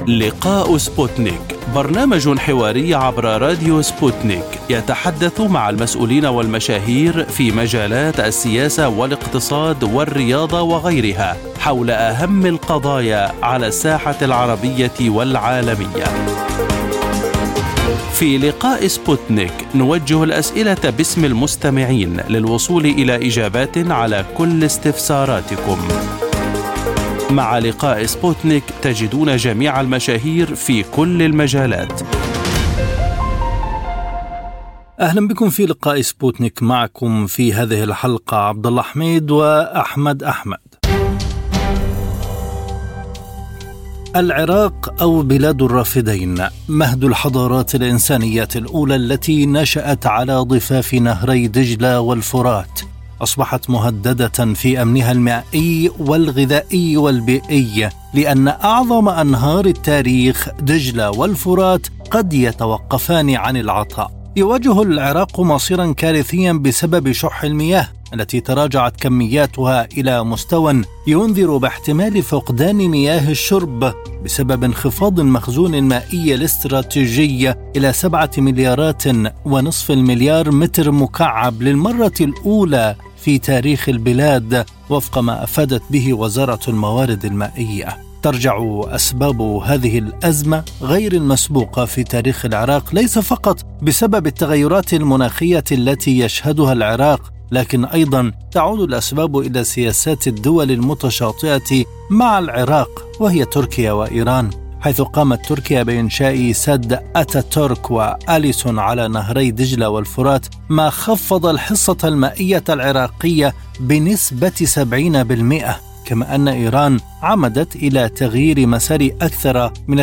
لقاء سبوتنيك، برنامج حواري عبر راديو سبوتنيك يتحدث مع المسؤولين والمشاهير في مجالات السياسة والاقتصاد والرياضة وغيرها حول أهم القضايا على الساحة العربية والعالمية. في لقاء سبوتنيك نوجه الأسئلة باسم المستمعين للوصول إلى إجابات على كل استفساراتكم. مع لقاء سبوتنيك تجدون جميع المشاهير في كل المجالات. أهلا بكم في لقاء سبوتنيك، معكم في هذه الحلقة عبد الله حميد وأحمد أحمد. العراق أو بلاد الرافدين مهد الحضارات الإنسانية الأولى التي نشأت على ضفاف نهري دجلة والفرات، أصبحت مهددة في أمنها المائي والغذائي والبيئي، لأن أعظم أنهار التاريخ دجلة والفرات قد يتوقفان عن العطاء. يواجه العراق مصيرا كارثيا بسبب شح المياه التي تراجعت كمياتها إلى مستوى ينذر باحتمال فقدان مياه الشرب بسبب انخفاض المخزون المائي الاستراتيجي إلى 7.5 مليار متر مكعب للمرة الأولى في تاريخ البلاد، وفق ما أفادت به وزارة الموارد المائية. ترجع أسباب هذه الأزمة غير المسبوقة في تاريخ العراق ليس فقط بسبب التغيرات المناخية التي يشهدها العراق، لكن أيضا تعود الأسباب إلى سياسات الدول المتشاطئة مع العراق، وهي تركيا وإيران، حيث قامت تركيا بإنشاء سد أتاتورك وآليسون على نهري دجلة والفرات، ما خفض الحصة المائية العراقية بنسبة 70%. كما أن إيران عمدت إلى تغيير مسار أكثر من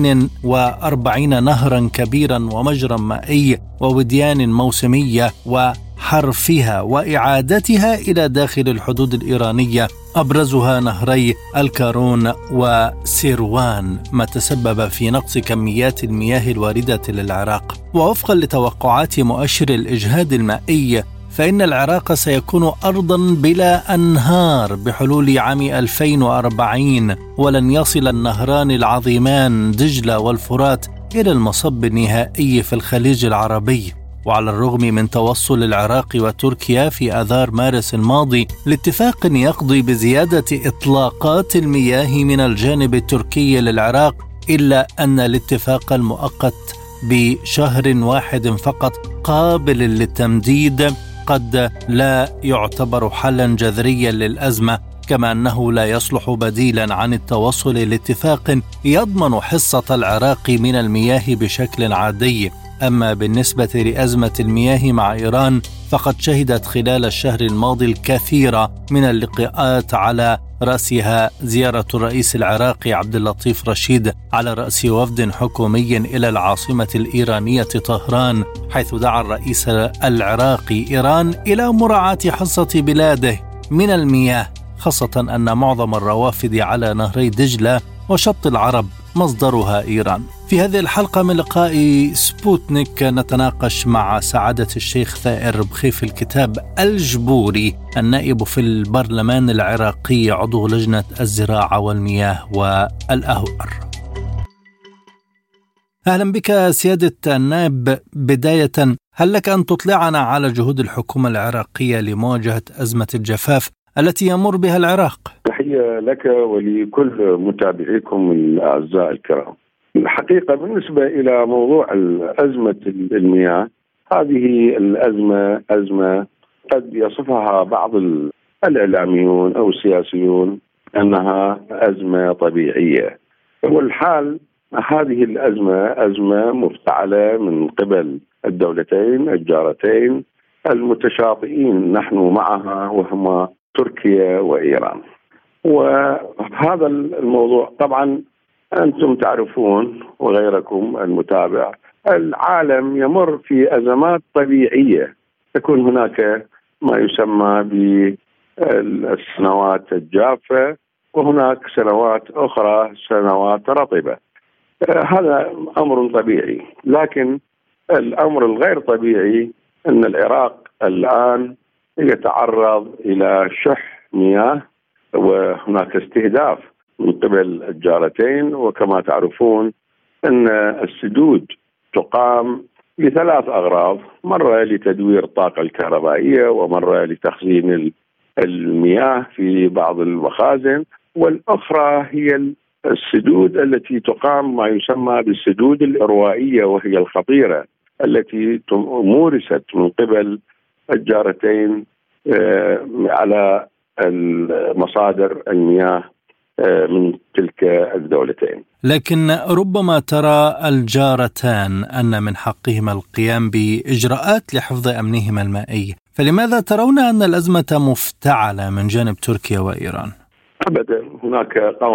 42 نهرا كبيرا ومجرى مائي ووديان موسمية وحرفها وإعادتها إلى داخل الحدود الإيرانية، أبرزها نهري الكارون وسيروان، ما تسبب في نقص كميات المياه الواردة للعراق. ووفقا لتوقعات مؤشر الإجهاد المائي، فإن العراق سيكون أرضا بلا أنهار بحلول عام 2040، ولن يصل النهران العظيمان دجلة والفرات إلى المصب النهائي في الخليج العربي. وعلى الرغم من توصل العراق وتركيا في آذار مارس الماضي لاتفاق يقضي بزيادة إطلاقات المياه من الجانب التركي للعراق، إلا أن الاتفاق المؤقت بشهر واحد فقط قابل للتمديد قد لا يعتبر حلا جذريا للأزمة، كما أنه لا يصلح بديلا عن التوصل لاتفاق يضمن حصة العراق من المياه بشكل عادي. أما بالنسبة لأزمة المياه مع إيران، فقد شهدت خلال الشهر الماضي الكثير من اللقاءات، على رأسها زيارة الرئيس العراقي عبد اللطيف رشيد على رأس وفد حكومي إلى العاصمة الإيرانية طهران، حيث دعا الرئيس العراقي إيران إلى مراعاة حصة بلاده من المياه، خاصة أن معظم الروافد على نهري دجلة وشط العرب مصدرها إيران. في هذه الحلقة من لقاء سبوتنيك نتناقش مع سعادة الشيخ ثائر بخيف الكتاب الجبوري، النائب في البرلمان العراقي، عضو لجنة الزراعة والمياه والأهوار. أهلا بك سيادة النائب. بداية، هل لك أن تطلعنا على جهود الحكومة العراقية لمواجهة أزمة الجفاف التي يمر بها العراق؟ تحية لك ولكل متابعيكم الأعزاء الكرام. الحقيقة بالنسبة إلى موضوع أزمة المياه، هذه الأزمة أزمة قد يصفها بعض الإعلاميون أو السياسيون أنها أزمة طبيعية، والحال هذه الأزمة أزمة مفتعلة من قبل الدولتين الجارتين المتشاطئين نحن معها، وهما تركيا وإيران. وهذا الموضوع طبعا أنتم تعرفون وغيركم المتابع، العالم يمر في أزمات طبيعية، تكون هناك ما يسمى بالسنوات الجافة، وهناك سنوات أخرى سنوات رطبة. هذا أمر طبيعي، لكن الأمر الغير طبيعي أن العراق الآن يتعرض إلى شح مياه، وهناك استهداف من قبل الجارتين. وكما تعرفون أن السدود تقام لثلاث أغراض: مرة لتدوير الطاقة الكهربائية، ومرة لتخزين المياه في بعض المخازن، والأخرى هي السدود التي تقام ما يسمى بالسدود الإروائية، وهي الخطيرة التي مورست من قبل الجارتين على مصادر المياه من تلك الدولتين. لكن ربما ترى الجارتان أن من حقهما القيام بإجراءات لحفظ أمنهما المائي، فلماذا ترون أن الأزمة مفتعلة من جانب تركيا وإيران؟ أبدا، هناك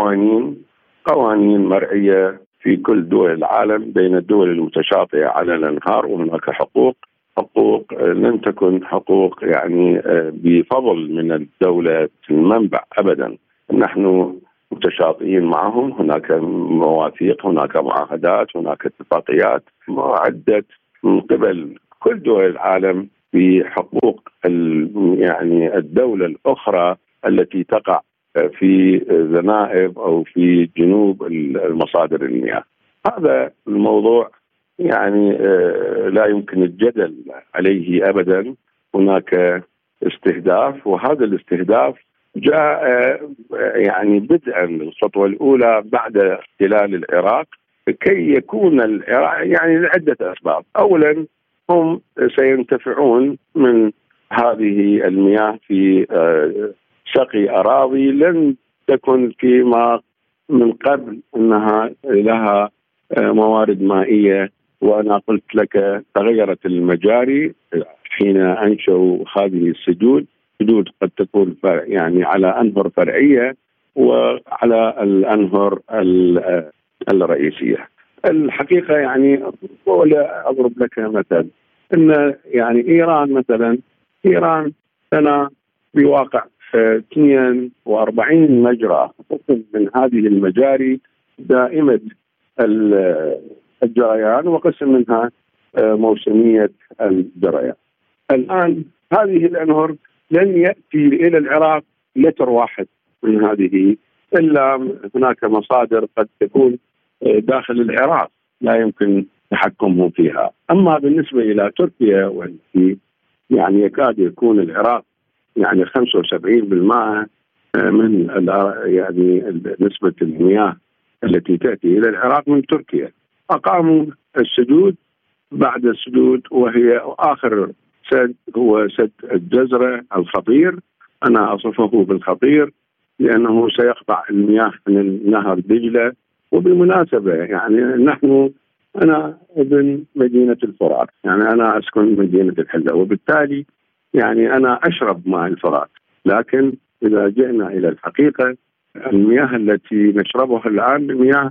قوانين مرعية في كل دول العالم بين الدول المتشاطئة على الأنهار، وهناك حقوق لن تكن حقوق يعني بفضل من الدولة المنبع أبدا. نحن متشاطئين معهم، هناك مواثيق، هناك معاهدات، هناك اتفاقيات معدة من قبل كل دول العالم بحقوق يعني الدولة الأخرى التي تقع في ذنائب أو في جنوب المصادر المياه. هذا الموضوع يعني لا يمكن الجدل عليه أبدا. هناك استهداف، وهذا الاستهداف جاء يعني بدءا الخطوة الأولى بعد احتلال العراق، كي يكون العراق يعني لعدة أسباب. أولا، هم سينتفعون من هذه المياه في سقي أراضي لن تكن فيما من قبل أنها لها موارد مائية. وأنا قلت لك تغيرت المجاري حين أنشأوا هذه السدود قد تكون يعني على أنهر فرعية وعلى الأنهر الرئيسية. الحقيقة يعني ولا أضرب لك مثل أن يعني إيران لنا بواقع 42 مجرى من هذه المجاري دائمة الجريان، وقسم منها موسمية الجريان. الآن هذه الأنهر لن يأتي إلى العراق لتر واحد من هذه، إلا هناك مصادر قد تكون داخل العراق لا يمكن تحكمهم فيها. أما بالنسبة إلى تركيا، والتي يعني يكاد يكون العراق يعني 75% من يعني نسبة المياه التي تأتي إلى العراق من تركيا. أقاموا السدود بعد السدود، وهي آخر سد هو سد الجزرة الخطير. أنا أصفه بالخطير لأنه سيقطع المياه من نهر دجلة. وبالمناسبة يعني أنا ابن مدينة الفرات، يعني أنا أسكن مدينة الحلة، وبالتالي يعني أنا أشرب ماء الفرات. لكن إذا جئنا إلى الحقيقة، المياه التي نشربها الآن مياه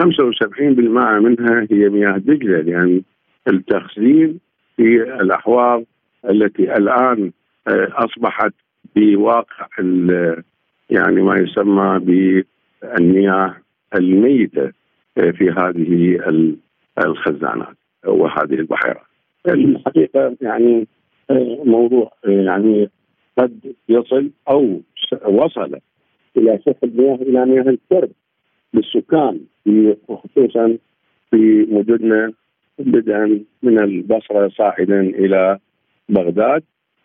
75% منها هي مياه دجلة، لأن التخزين في الأحواض التي الآن أصبحت بواقع يعني ما يسمى بالمياه الميتة في هذه الخزانات وهذه البحيرات. الحقيقة يعني موضوع يعني قد يصل أو وصل إلى سحب مياه إلى مياه الشرب للسكان، وخصوصا في مدننا بدءا من البصرة صاعدا إلى بغداد.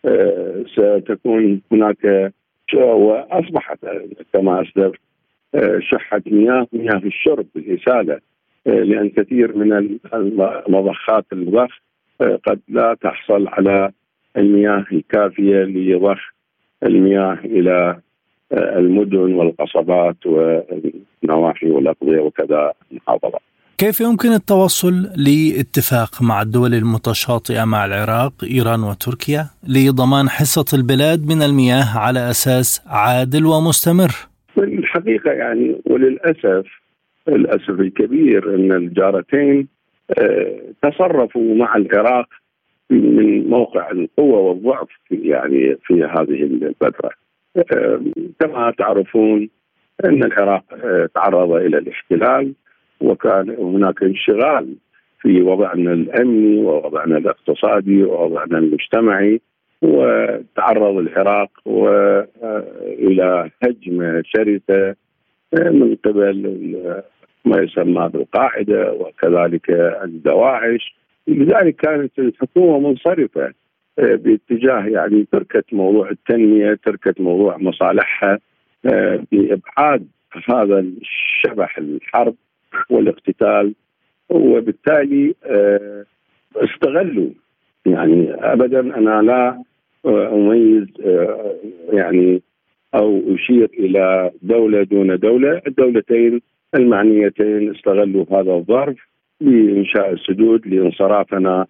ستكون هناك وأصبحت كما أسلفت شحة مياه الشرب بالإسالة، لأن كثير من مضخات الضخ قد لا تحصل على المياه الكافية لضخ المياه إلى المدن والقصبات والنواحي والأقضية وكذا المحافظات. كيف يمكن التوصل لاتفاق مع الدول المتشاطئة مع العراق، إيران وتركيا لضمان حصة البلاد من المياه على أساس عادل ومستمر؟ الحقيقة يعني وللأسف الكبير أن الجارتين تصرفوا مع العراق من موقع القوة والضعف يعني في هذه الفترة. كما تعرفون أن العراق تعرض إلى الاحتلال، وكان هناك انشغال في وضعنا الأمني ووضعنا الاقتصادي ووضعنا المجتمعي، وتعرض العراق إلى هجمة شرسة من قبل ما يسمى بالقاعدة وكذلك الدواعش. لذلك كانت الحكومة منصرفة باتجاه يعني تركة موضوع التنمية، تركة موضوع مصالحها، بإبعاد هذا الشبح الحرب والاقتتال. وبالتالي استغلوا، يعني أبدا أنا لا أميز يعني أو أشير إلى دولة دون دولة. الدولتين المعنيتين استغلوا هذا الظرف بإنشاء السدود لانصرافنا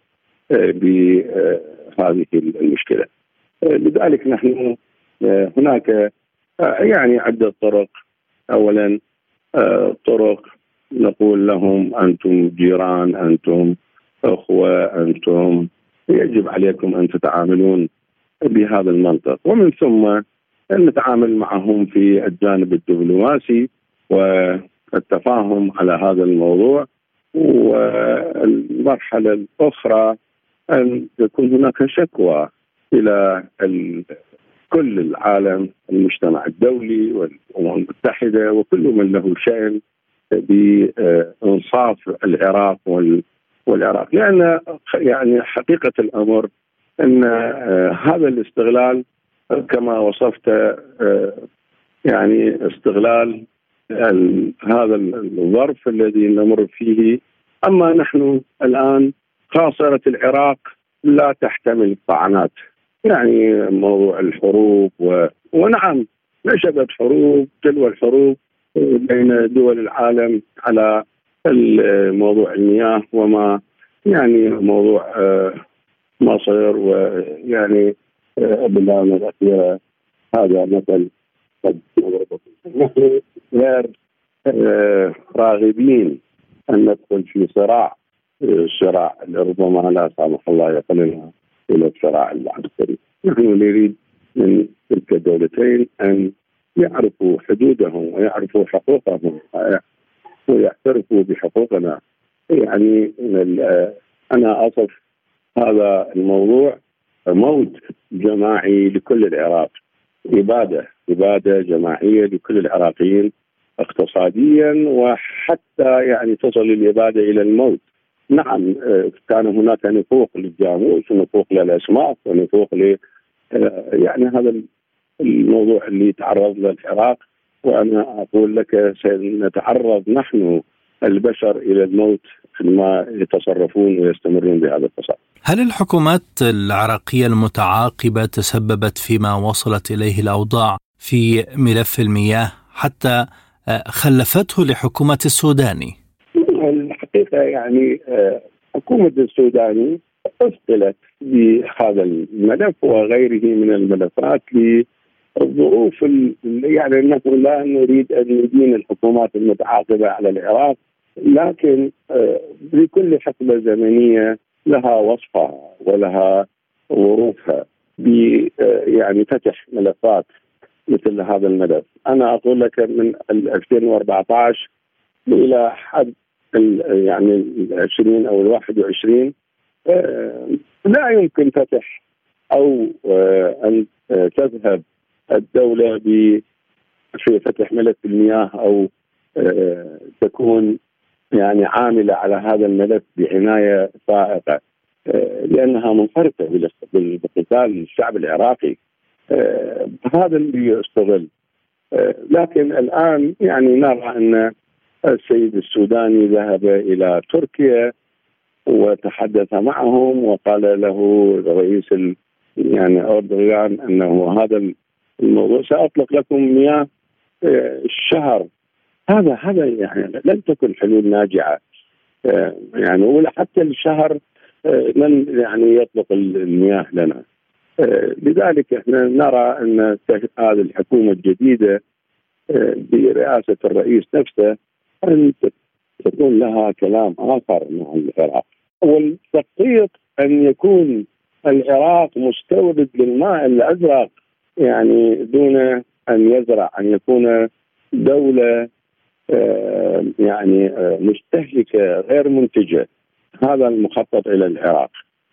بهذه المشكلة. لذلك نحن هناك يعني عدة طرق. أولا طرق نقول لهم أنتم جيران، أنتم أخوة، أنتم يجب عليكم أن تتعاملون بهذا المنطق، ومن ثم أن نتعامل معهم في الجانب الدبلوماسي والتفاهم على هذا الموضوع. والمرحلة الأخرى أن يكون هناك شكوى إلى كل العالم، المجتمع الدولي والأمم المتحدة وكل من له شأن بإنصاف العراق والعراق. لأن يعني حقيقة الأمر أن هذا الاستغلال كما وصفت يعني استغلال هذا الظرف الذي نمر فيه. أما نحن الآن خاصرة العراق لا تحتمل الطعنات، يعني موضوع الحروب ونعم نشبت حروب تلو الحروب بين دول العالم على موضوع المياه وما يعني موضوع مصر، ويعني بالآونة الأخيرة هذا مثل قد نحن غير راغبين أن ندخل في صراع ربما لا سامح الله يقلنا إلى الصراع العسكري. نحن نريد من تلك الدولتين أن يعرفوا حدودهم ويعرفوا حقوقهم ويعترفوا بحقوقنا. يعني أنا أصف هذا الموضوع موت جماعي لكل العراق، إبادة جماعية لكل العراقيين اقتصاديا، وحتى يعني تصل الإبادة إلى الموت. نعم كان هناك نفوق للجاموس ونفوق للأسماك ونفوق يعني هذا الموضوع اللي تعرض له العراق. وأنا أقول لك سنتعرض نحن البشر إلى الموت عندما يتصرفون ويستمرون بهذا التصرف. هل الحكومات العراقية المتعاقبة تسببت فيما وصلت إليه الأوضاع في ملف المياه حتى خلفته لحكومة السوداني؟ الحقيقة يعني حكومة السوداني أثقلت بهذا الملف وغيره من الملفات للظروف يعني نحن لا نريد أن ندين الحكومات المتعاقبة على العراق، لكن لكل حقبة زمنية لها وصفها ولها ظروفها يعني فتح ملفات مثل هذا الملف. أنا أقول لك من 2014 إلى حد يعني 20 أو 21 لا يمكن فتح أو أن تذهب الدولة في فتح ملف المياه أو تكون يعني عاملة على هذا الملف بعناية فائقة، لأنها منفردة بقتال الشعب العراقي. هذا اللي يستغل. لكن الآن يعني نرى أن السيد السوداني ذهب إلى تركيا وتحدث معهم وقال له الرئيس يعني أردوغان أنه هذا الموضوع سأطلق لكم مياه الشهر. هذا يعني لن تكن حلول ناجعة، يعني ولا حتى الشهر لن يعني يطلق المياه لنا. لذلك احنا نرى ان هذه الحكومة الجديدة برئاسة الرئيس نفسه ان تكون لها كلام آخر مع العراق، والتخطيط ان يكون العراق مستورد للماء الأزرق، يعني دون ان يزرع، ان يكون دولة يعني مستهلكة غير منتجة. هذا المخطط إلى العراق،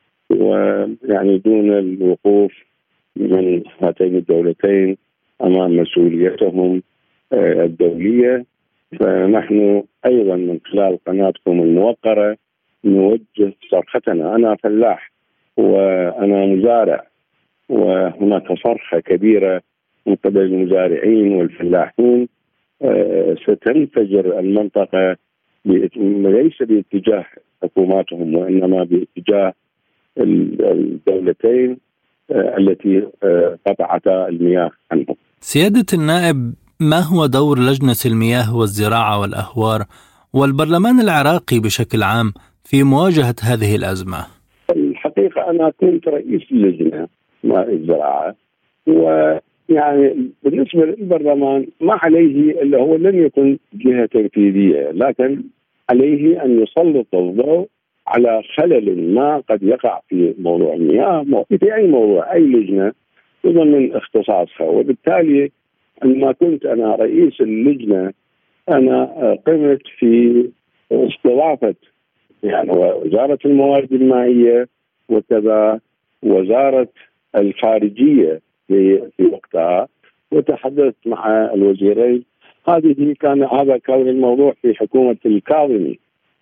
ويعني دون الوقوف من هاتين الدولتين أمام مسؤوليتهم الدولية. فنحن أيضا من خلال قناتكم الموقرة نوجه صرختنا. أنا فلاح وأنا مزارع، وهناك صرخة كبيرة من قبل المزارعين والفلاحين. ستنفجر المنطقة ليس باتجاه حكوماتهم وإنما باتجاه الدولتين التي قطعتا المياه عنهم. سيادة النائب، ما هو دور لجنة المياه والزراعة والأهوار والبرلمان العراقي بشكل عام في مواجهة هذه الأزمة؟ الحقيقة أنا كنت رئيس اللجنة ماء الزراعة، ويعني بالنسبة للبرلمان ما عليه إلا هو لن يكون جهة تنفيذية، لكن عليه أن يسلط الضوء على خلل ما قد يقع في موضوع المياه، في أي موضوع، أي لجنة ضمن اختصاصها. وبالتالي عندما كنت أنا رئيس اللجنة أنا قمت في استضافة يعني وزارة الموارد المائية وكذا وزارة الخارجية في وقتها، وتحدثت مع الوزيرين. هذا كان الموضوع في حكومة الكاظمي،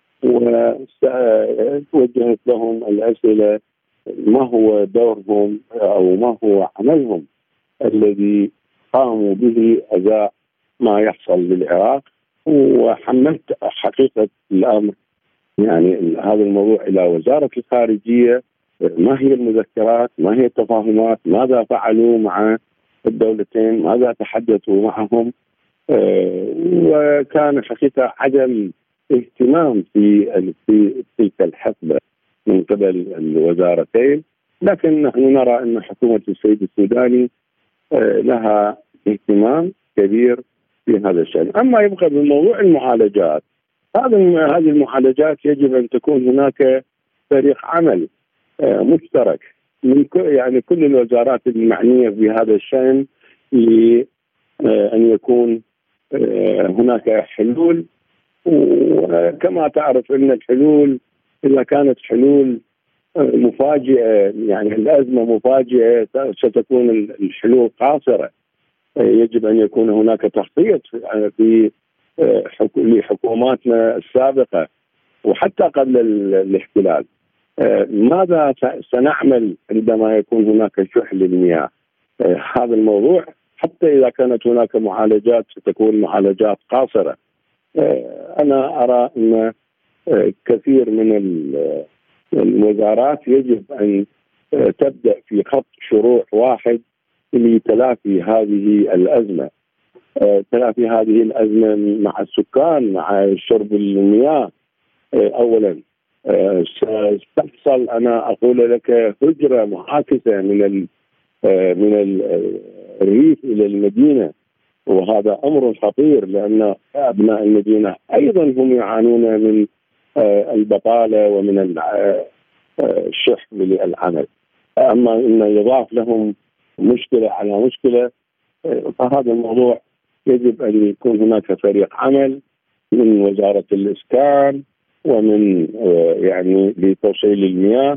ووجهت لهم الأسئلة ما هو دورهم أو ما هو عملهم الذي قاموا به أزاء ما يحصل بالعراق. وحملت حقيقة الأمر يعني هذا الموضوع إلى وزارة الخارجية، ما هي المذكرات، ما هي التفاهمات، ماذا فعلوا مع الدولتين، ماذا تحدثوا معهم. وكان حقيقة عدم اهتمام في تلك الحقبة من قبل الوزارتين. لكن نحن نرى أن حكومة السيد السوداني لها اهتمام كبير في هذا الشأن. أما يبقى بموضوع المعالجات، هذه المعالجات يجب أن تكون هناك فريق عمل مشترك من يعني كل الوزارات المعنية بهذا الشأن، لأن يكون هناك حلول. وكما تعرف أن الحلول إذا كانت حلول مفاجئة، يعني الأزمة مفاجئة، ستكون الحلول قاصرة. يجب أن يكون هناك تخطيط في لحكوماتنا السابقة وحتى قبل الاحتلال. ماذا سنعمل عندما يكون هناك شح للمياه؟ هذا الموضوع حتى إذا كانت هناك معالجات ستكون معالجات قاصرة. أنا أرى أن كثير من الوزارات يجب أن تبدأ في خط شروع واحد لتلافي هذه الأزمة. تلافي هذه الأزمة مع السكان، مع شرب المياه. أولا ستحصل، أنا أقول لك، هجرة معاكسة من الريف إلى المدينة، وهذا أمر خطير لأن أبناء المدينة أيضا هم يعانون من البطالة ومن الشح للعمل. أما إن يضاف لهم مشكلة على مشكلة، فهذا الموضوع يجب أن يكون هناك فريق عمل من وزارة الإسكان ومن يعني لتوصيل المياه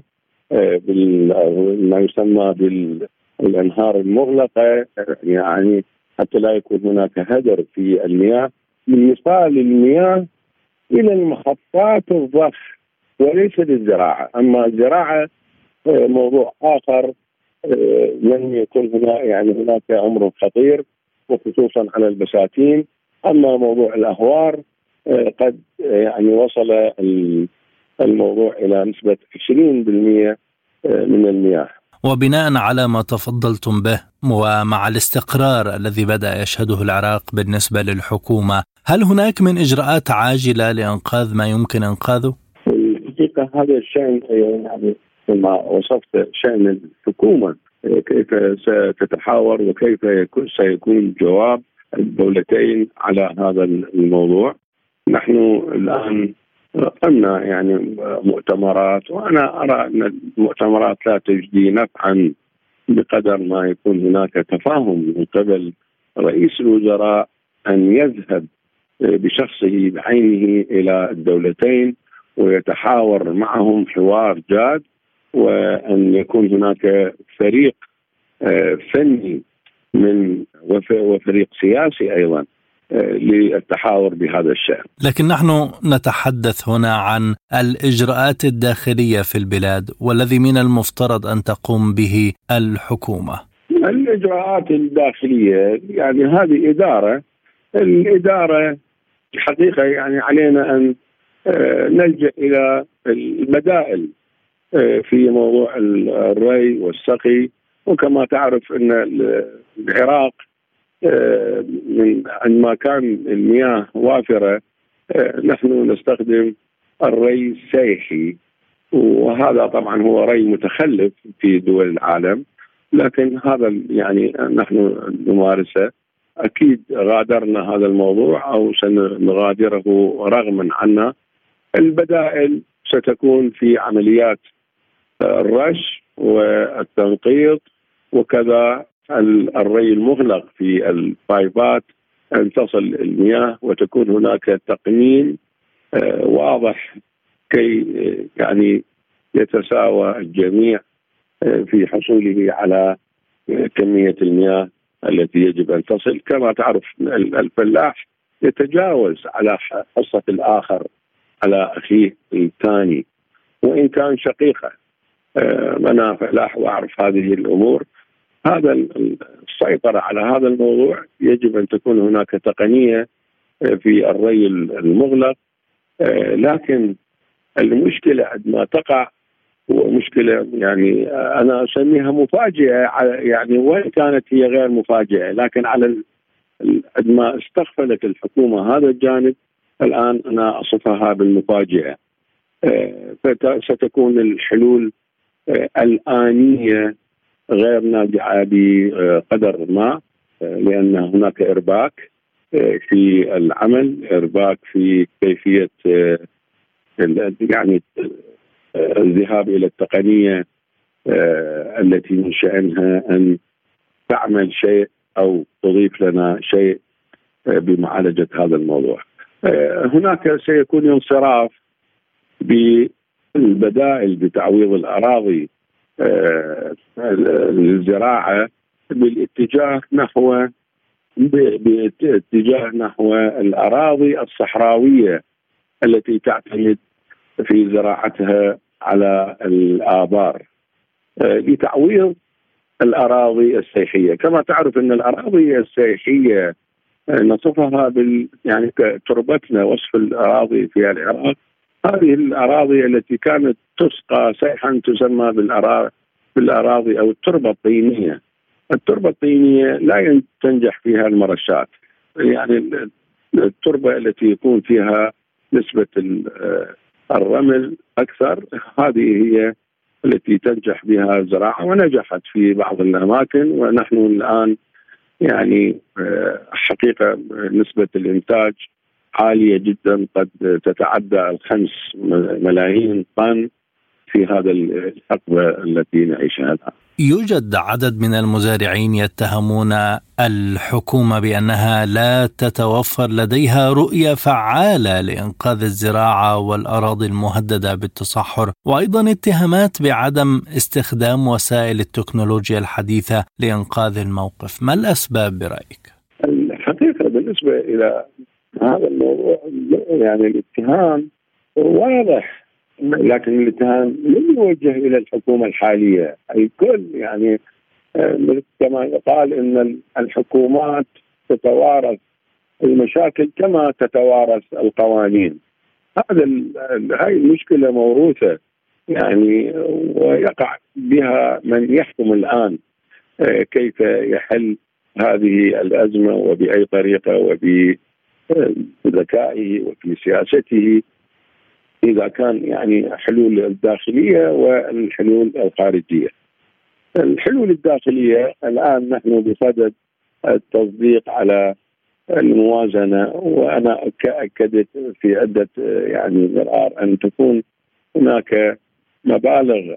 ما يسمى بالأنهار المغلقة، يعني حتى لا يكون هناك هدر في المياه، من إيصال المياه إلى المحطات الضخ وليس للزراعة. أما الزراعة موضوع آخر، لن يكون هناك أمر خطير وخصوصا على البساتين. أما موضوع الأهوار قد يعني وصل الموضوع إلى نسبة 20% من المياه. وبناء على ما تفضلتم به ومع الاستقرار الذي بدأ يشهده العراق بالنسبة للحكومة، هل هناك من إجراءات عاجلة لإنقاذ ما يمكن إنقاذه؟ الحقيقة هذا الشأن يعني كما وصفت شأن الحكومة، كيف ستتحاور وكيف سيكون جواب الدولتين على هذا الموضوع. نحن الآن قمنا يعني مؤتمرات، وأنا أرى أن المؤتمرات لا تجدي نفعا بقدر ما يكون هناك تفاهم من قبل رئيس الوزراء أن يذهب بشخصه بعينه إلى الدولتين ويتحاور معهم حوار جاد، وأن يكون هناك فريق فني وفريق سياسي أيضا للتحاور بهذا الشأن. لكن نحن نتحدث هنا عن الإجراءات الداخلية في البلاد، والذي من المفترض أن تقوم به الحكومة. الإجراءات الداخلية يعني هذه الإدارة الحقيقة يعني علينا أن نلجأ إلى البدائل في موضوع الري والسقي. وكما تعرف أن العراق عندما كان المياه وافرة نحن نستخدم الري السيحي، وهذا طبعا هو ري متخلف في دول العالم، لكن هذا يعني نحن نمارسه. أكيد غادرنا هذا الموضوع أو سنغادره رغما عنا. البدائل ستكون في عمليات الرش والتنقيط، وكذا الري المغلق في البايبات، أن تصل المياه وتكون هناك تقنين واضح كي يعني يتساوى الجميع في حصوله على كمية المياه التي يجب أن تصل. كما تعرف الفلاح يتجاوز على حصة الآخر على أخيه الثاني وإن كان شقيقه. أنا فلاح وأعرف هذه الأمور. هذا السيطرة على هذا الموضوع يجب أن تكون هناك تقنية في الري المغلق. لكن المشكلة عندما تقع هو مشكلة يعني أنا أسميها مفاجئة، يعني وإن كانت هي غير مفاجئة، لكن على عندما استغفلت الحكومة هذا الجانب الآن أنا أصفها بالمفاجئة. ستكون الحلول الآنية غير ناجعة بقدر ما، لأن هناك إرباك في العمل، إرباك في كيفية يعني الذهاب إلى التقنية التي من شأنها أن تعمل شيء أو تضيف لنا شيء بمعالجة هذا الموضوع. هناك سيكون انصراف بالبدائل بتعويض الأراضي للزراعة باتجاه نحو الأراضي الصحراوية التي تعتمد في زراعتها على الآبار لتعويض الأراضي السيحية. كما تعرف أن الأراضي السيحية نصفها يعني تربتنا، وصف الأراضي في العراق هذه الأراضي التي كانت تسقى سيحا تسمى بالأراضي أو التربة الطينية. التربة الطينية لا تنجح فيها المرشات، يعني التربة التي يكون فيها نسبة الرمل أكثر هذه هي التي تنجح بها الزراعة، ونجحت في بعض الأماكن. ونحن الآن يعني حقيقة نسبة الإنتاج عالية جدا، قد تتعدى 5 ملايين طن في هذا الحقبة التي نعيشها الآن. يوجد عدد من المزارعين يتهمون الحكومة بأنها لا تتوفر لديها رؤية فعالة لإنقاذ الزراعة والأراضي المهددة بالتصحر، وأيضا اتهامات بعدم استخدام وسائل التكنولوجيا الحديثة لإنقاذ الموقف. ما الأسباب برأيك؟ الحقيقة بالنسبة إلى هذا الموضوع يعني الاتهام واضح، لكن الاتهام لم يوجه إلى الحكومة الحالية. الكل يعني كما يقال أن الحكومات تتوارث المشاكل كما تتوارث القوانين. هاي المشكلة موروثة يعني، ويقع بها من يحكم الآن كيف يحل هذه الأزمة وبأي طريقة وبذكائه وفي سياسته، إذا كان يعني حلول الداخلية والحلول الخارجية. الحلول الداخلية الآن نحن بصدد التصديق على الموازنة، وأنا أكدت في عدة يعني مرار أن تكون هناك مبالغ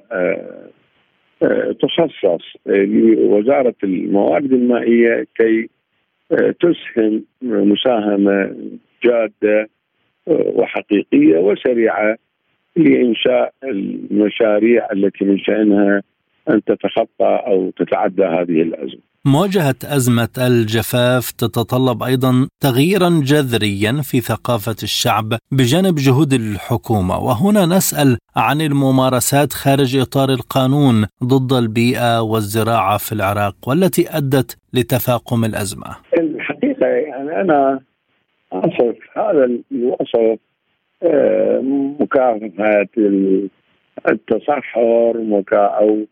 تخصص لوزارة الموارد المائية كي تسهم مساهمة جادة وحقيقية وسريعة لإنشاء المشاريع التي من شأنها أن تتخطى أو تتعدى هذه الأزمة. مواجهة أزمة الجفاف تتطلب أيضا تغييرا جذريا في ثقافة الشعب بجانب جهود الحكومة، وهنا نسأل عن الممارسات خارج إطار القانون ضد البيئة والزراعة في العراق والتي أدت لتفاقم الأزمة. الحقيقة يعني أنا أصف هذا الوصف مكافحة التصحر أو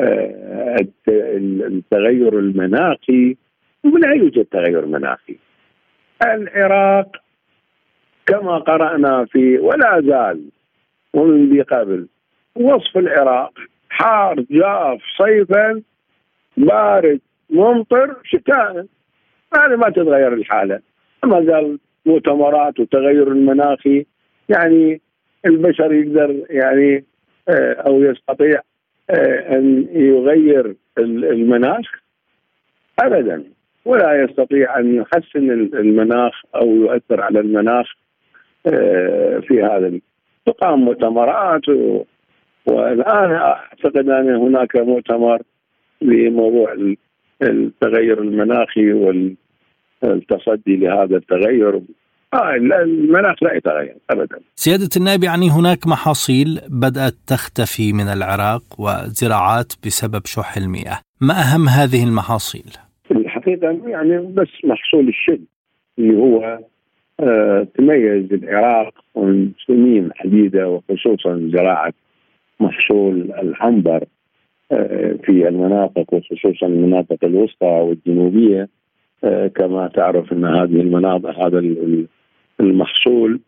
التغير المناخي، ولا يوجد تغير مناخي. العراق كما قرأنا في ولا زال ومن ذي قبل وصف العراق حار جاف صيفا بارد ممطر شتاء، هذا ما تتغير الحالة. ما زال مؤتمرات وتغير المناخي، يعني البشر يقدر يعني أو يستطيع أن يغير المناخ؟ أبدا، ولا يستطيع أن يحسن المناخ أو يؤثر على المناخ. في هذا تقام مؤتمرات، والآن أعتقد أن هناك مؤتمر لموضوع التغير المناخي والتصدي لهذا التغير. المناخ لا يتغير أبدا. سيادة النائب، يعني هناك محاصيل بدأت تختفي من العراق وزراعات بسبب شح المياه، ما أهم هذه المحاصيل؟ الحقيقة يعني بس محصول الشد اللي هو تميز العراق من سنين عديدة، وخصوصا زراعة محصول العنبر في المناطق وخصوصا المناطق الوسطى والجنوبية. كما تعرف أن هذه المناطق هذا المحصول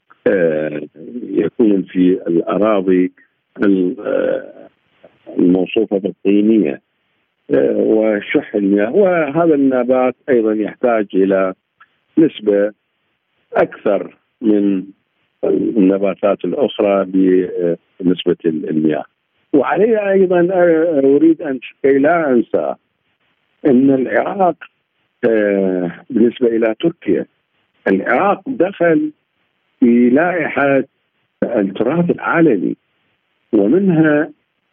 يكون في الأراضي الموصوفة بالطينية وشح المياه، وهذا النبات أيضا يحتاج إلى نسبة أكثر من النباتات الأخرى بنسبة المياه. وعلي أيضا أريد أن لا أنسى أن العراق بالنسبة إلى تركيا، العراق دخل في لائحة التراث العالمي، ومنها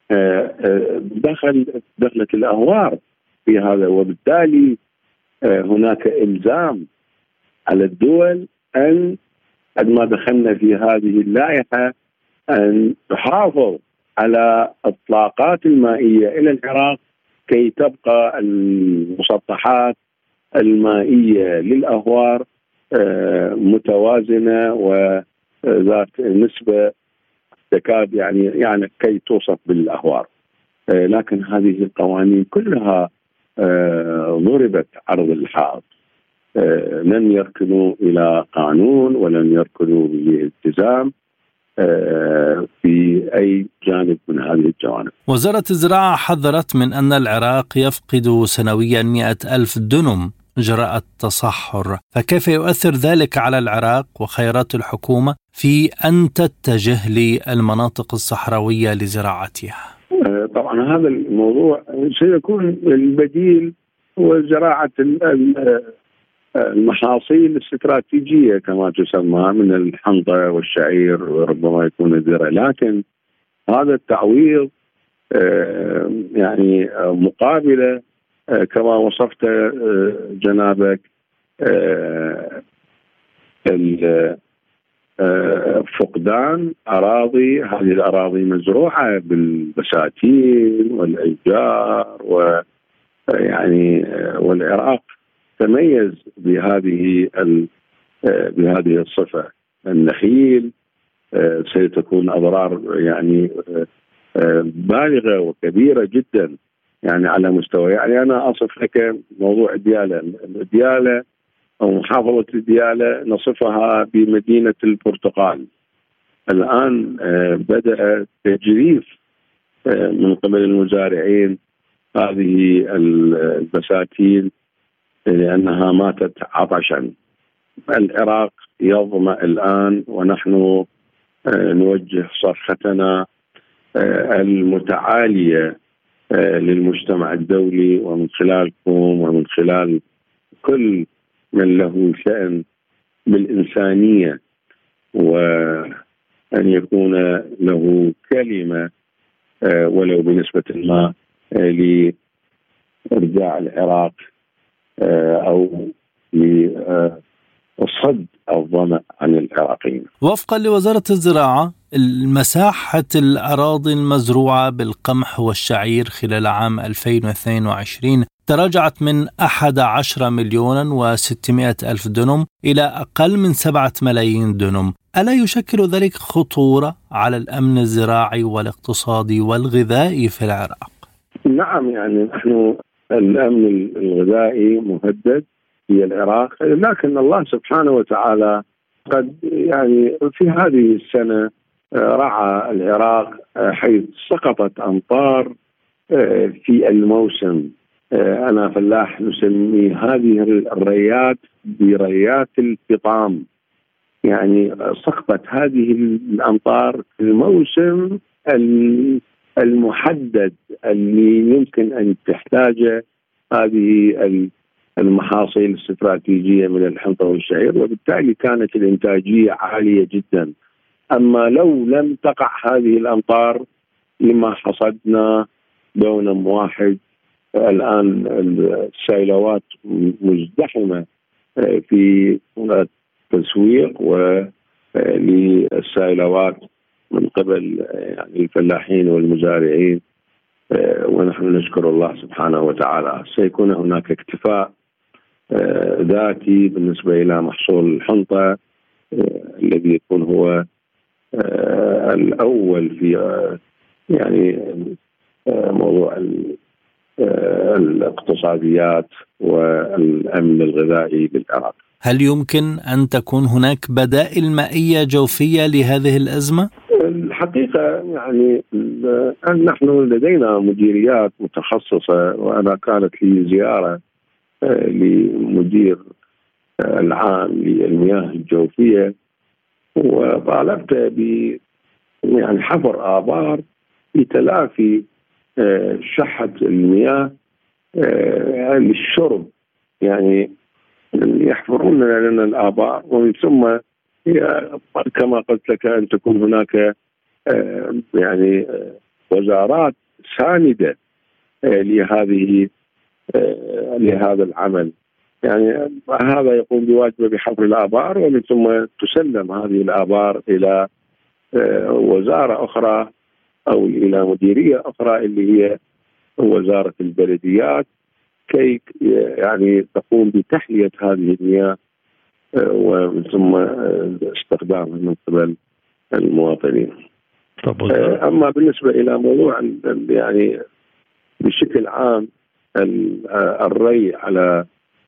دخلت الأهوار في هذا، وبالتالي هناك إلزام على الدول أن قد ما دخلنا في هذه اللائحة أن تحافظ على الطاقات المائية إلى العراق كي تبقى المسطحات المائية للأهوار متوازنة وذات نسبة تكاد يعني كي توصف بالأهوار. لكن هذه القوانين كلها ضربت عرض الحائط، لن يركنوا إلى قانون ولن يركنوا لالتزام في أي جانب من هذه الجوانب. وزارة الزراعة حذرت من أن العراق يفقد سنويا 100,000 دنم جراء التصحر، فكيف يؤثر ذلك على العراق وخيارات الحكومة في أن تتجه للمناطق الصحراوية لزراعتها؟ طبعا هذا الموضوع سيكون البديل وزراعة المحاصيل الاستراتيجية كما تسمى من الحنطة والشعير، وربما يكون الذرة، لكن هذا التعويض يعني مقابلة كما وصفت جنابك فقدان أراضي، هذه الأراضي مزروعة بالبساتين والأشجار ويعني والعراق تميز بهذه الصفة. النخيل ستكون أضرار يعني بالغة وكبيرة جدا يعني على مستوى، يعني أنا أصف لك موضوع الديالة أو محافظة الديالة نصفها بمدينة البرتقال. الآن بدأ تجريف من قبل المزارعين هذه البساتين لأنها ماتت عطشا. العراق يظمأ الآن، ونحن نوجه صرختنا المتعالية للمجتمع الدولي ومن خلالكم ومن خلال كل من له شأن بالإنسانية، وأن يكون له كلمة ولو بنسبة ما لإرجاع العراق أو لصد الظمأ عن العراقيين. وفقا لوزارة الزراعة، مساحة الأراضي المزروعة بالقمح والشعير خلال عام 2022 تراجعت من 11,600,000 دنم إلى أقل من 7 ملايين دنم. ألا يشكل ذلك خطورة على الأمن الزراعي والاقتصادي والغذائي في العراق؟ نعم، يعني نحن الأمن الغذائي مهدد في العراق، لكن الله سبحانه وتعالى قد يعني في هذه السنة رعى العراق حيث سقطت أمطار في الموسم. أنا فلاح نسمي هذه الريات بريات الفطام، يعني سقطت هذه الأمطار في الموسم المحدد اللي يمكن أن تحتاجه هذه المحاصيل الاستراتيجية من الحنطة والشعير، وبالتالي كانت الإنتاجية عالية جدا. أما لو لم تقع هذه الأمطار لما حصدنا دونم واحد. الآن السيلوات مزدحمة في التسويق وللسيلوات من قبل يعني الفلاحين والمزارعين، ونحن نشكر الله سبحانه وتعالى. سيكون هناك اكتفاء ذاتي بالنسبة إلى محصول الحنطة الذي يكون هو الأول في يعني موضوع الاقتصاديات والأمن الغذائي للعراق. هل يمكن أن تكون هناك بدائل مائية جوفية لهذه الأزمة؟ الحقيقة يعني نحن لدينا مديريات متخصصة، وأنا كانت لي زيارة لمدير العام للمياه الجوفية، وطالبت يعني حفر آبار لتلافي شحة المياه للشرب. يعني يحفرون لنا الآبار، ومن ثم كما قلت لك أن تكون هناك يعني وزارات ساندة لهذا العمل. يعني هذا يقوم بواجبه بحفر الآبار، ومن ثم تسلم هذه الآبار إلى وزارة أخرى أو إلى مديرية أخرى اللي هي وزارة البلديات، كي يعني تقوم بتحلية هذه المياه ومن ثم استخدامها من قبل المواطنين. أما بالنسبة إلى موضوع يعني بشكل عام الري على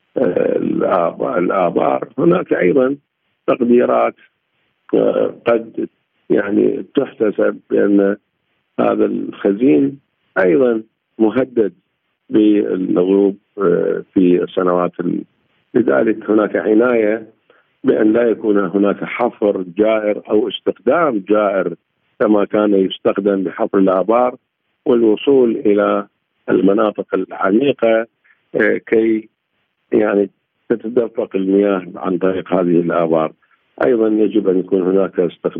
الآبار، هناك أيضا تقديرات قد يعني تحتسب بأن هذا الخزين أيضا مهدد بالغروب في السنوات. لذلك هناك عناية بأن لا يكون هناك حفر جائر أو استخدام جائر كما كان يستخدم بحفر الآبار، والوصول إلى المناطق العميقة كي يعني تتدفق المياه عن طريق هذه الآبار. أيضا يجب أن يكون هناك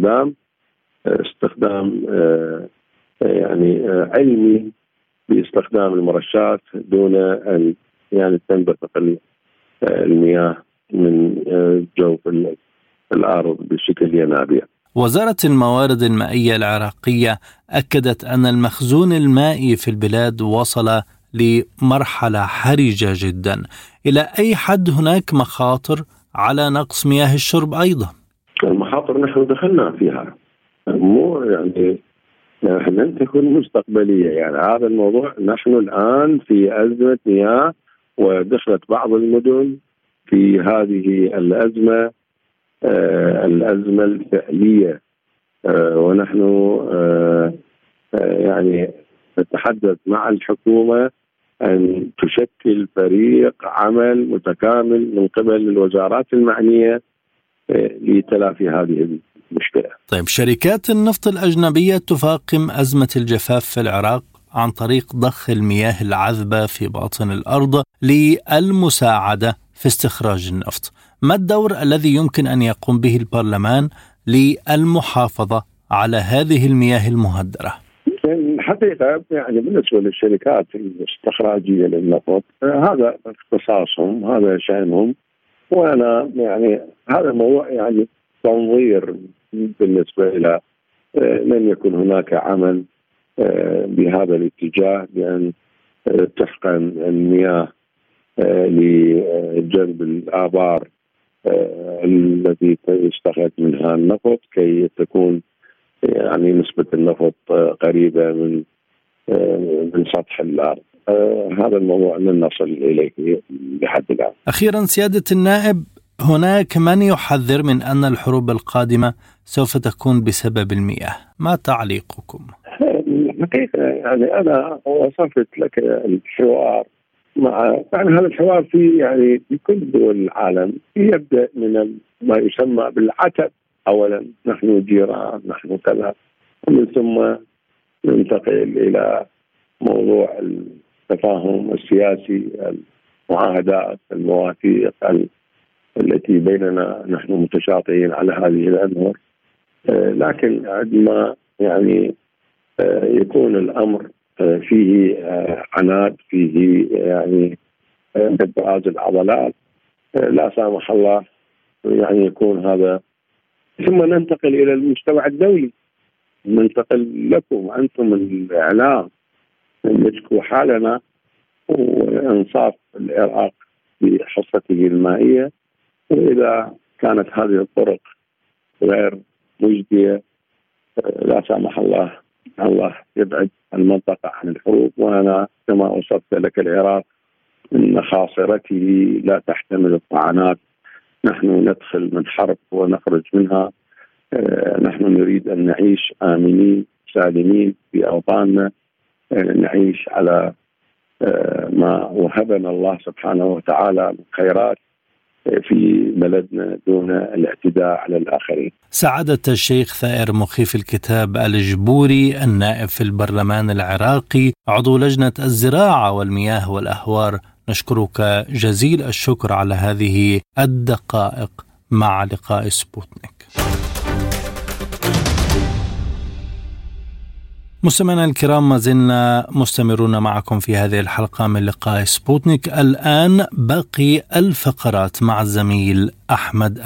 استخدام يعني علمي باستخدام المرشات دون أن يعني تندفق المياه من جوف الأرض بشكل ينابيع. وزارة الموارد المائية العراقية أكدت أن المخزون المائي في البلاد وصل لمرحلة حرجة جدا. إلى أي حد هناك مخاطر على نقص مياه الشرب أيضا؟ المخاطر نحن دخلنا فيها، مو يعني لن تكون مستقبلية. يعني هذا الموضوع نحن الآن في أزمة مياه، ودخلت بعض المدن في هذه الأزمة الفعلية، ونحن يعني نتحدث مع الحكومة أن تشكل فريق عمل متكامل من قبل الوزارات المعنية لتلافي هذه المشكلة. طيب، شركات النفط الأجنبية تفاقم أزمة الجفاف في العراق عن طريق ضخ المياه العذبة في باطن الأرض للمساعدة في استخراج النفط. ما الدور الذي يمكن أن يقوم به البرلمان للمحافظة على هذه المياه المهدرة؟ الحقيقة يعني بالنسبة للشركات الاستخراجية للنفط هذا اختصاصهم، هذا شأنهم. وأنا يعني هذا موضوع يعني تنظير بالنسبة إلى لن يكن هناك عمل بهذا الاتجاه بأن تحقن المياه لجلب الآبار التي يستخرج منها النفط كي تكون يعني نسبة النفط قريبة من سطح الأرض. هذا الموضوع لن نصل إليه لحد الآن. أخيرا سيادة النائب، هناك من يحذر من أن الحروب القادمة سوف تكون بسبب المياه، ما تعليقكم؟ الحقيقة يعني أنا وصفت لك الحوار يعني هذا الحوار في كل دول العالم يبدأ من ما يسمى بالعتب. أولا نحن جيران، نحن كذا، ومن ثم ننتقل إلى موضوع التفاهم السياسي، المعاهدات، المواثيق التي بيننا، نحن متشاطئين على هذه الأنهر. لكن عندما يعني يكون الأمر فيه عناد، فيه يعني ابراز العضلات، لا سامح الله يعني يكون هذا. ثم ننتقل إلى المجتمع الدولي، ننتقل لكم أنتم الإعلام، نشكو حالنا وإنصاف العراق بحصته المائية. وإذا كانت هذه الطرق غير مجدية لا سامح الله، الله يبعد المنطقة عن الحروب. وأنا كما وصفت لك العراق إن خاصرته لا تحتمل الطعنات. نحن ندخل من حرب ونخرج منها. نحن نريد أن نعيش آمنين سالمين في أوطاننا، نعيش على ما وهبنا الله سبحانه وتعالى من خيرات في بلدنا دون الاعتداء على الآخرين. سعادة الشيخ ثائر مخيف الكتاب الجبوري، النائب في البرلمان العراقي، عضو لجنة الزراعة والمياه والأهوار، نشكرك جزيل الشكر على هذه الدقائق مع لقاء سبوتنيك. مستمعينا الكرام، ما زلنا مستمرون معكم في هذه الحلقة من لقاء سبوتنيك. الآن باقي الفقرات مع الزميل أحمد.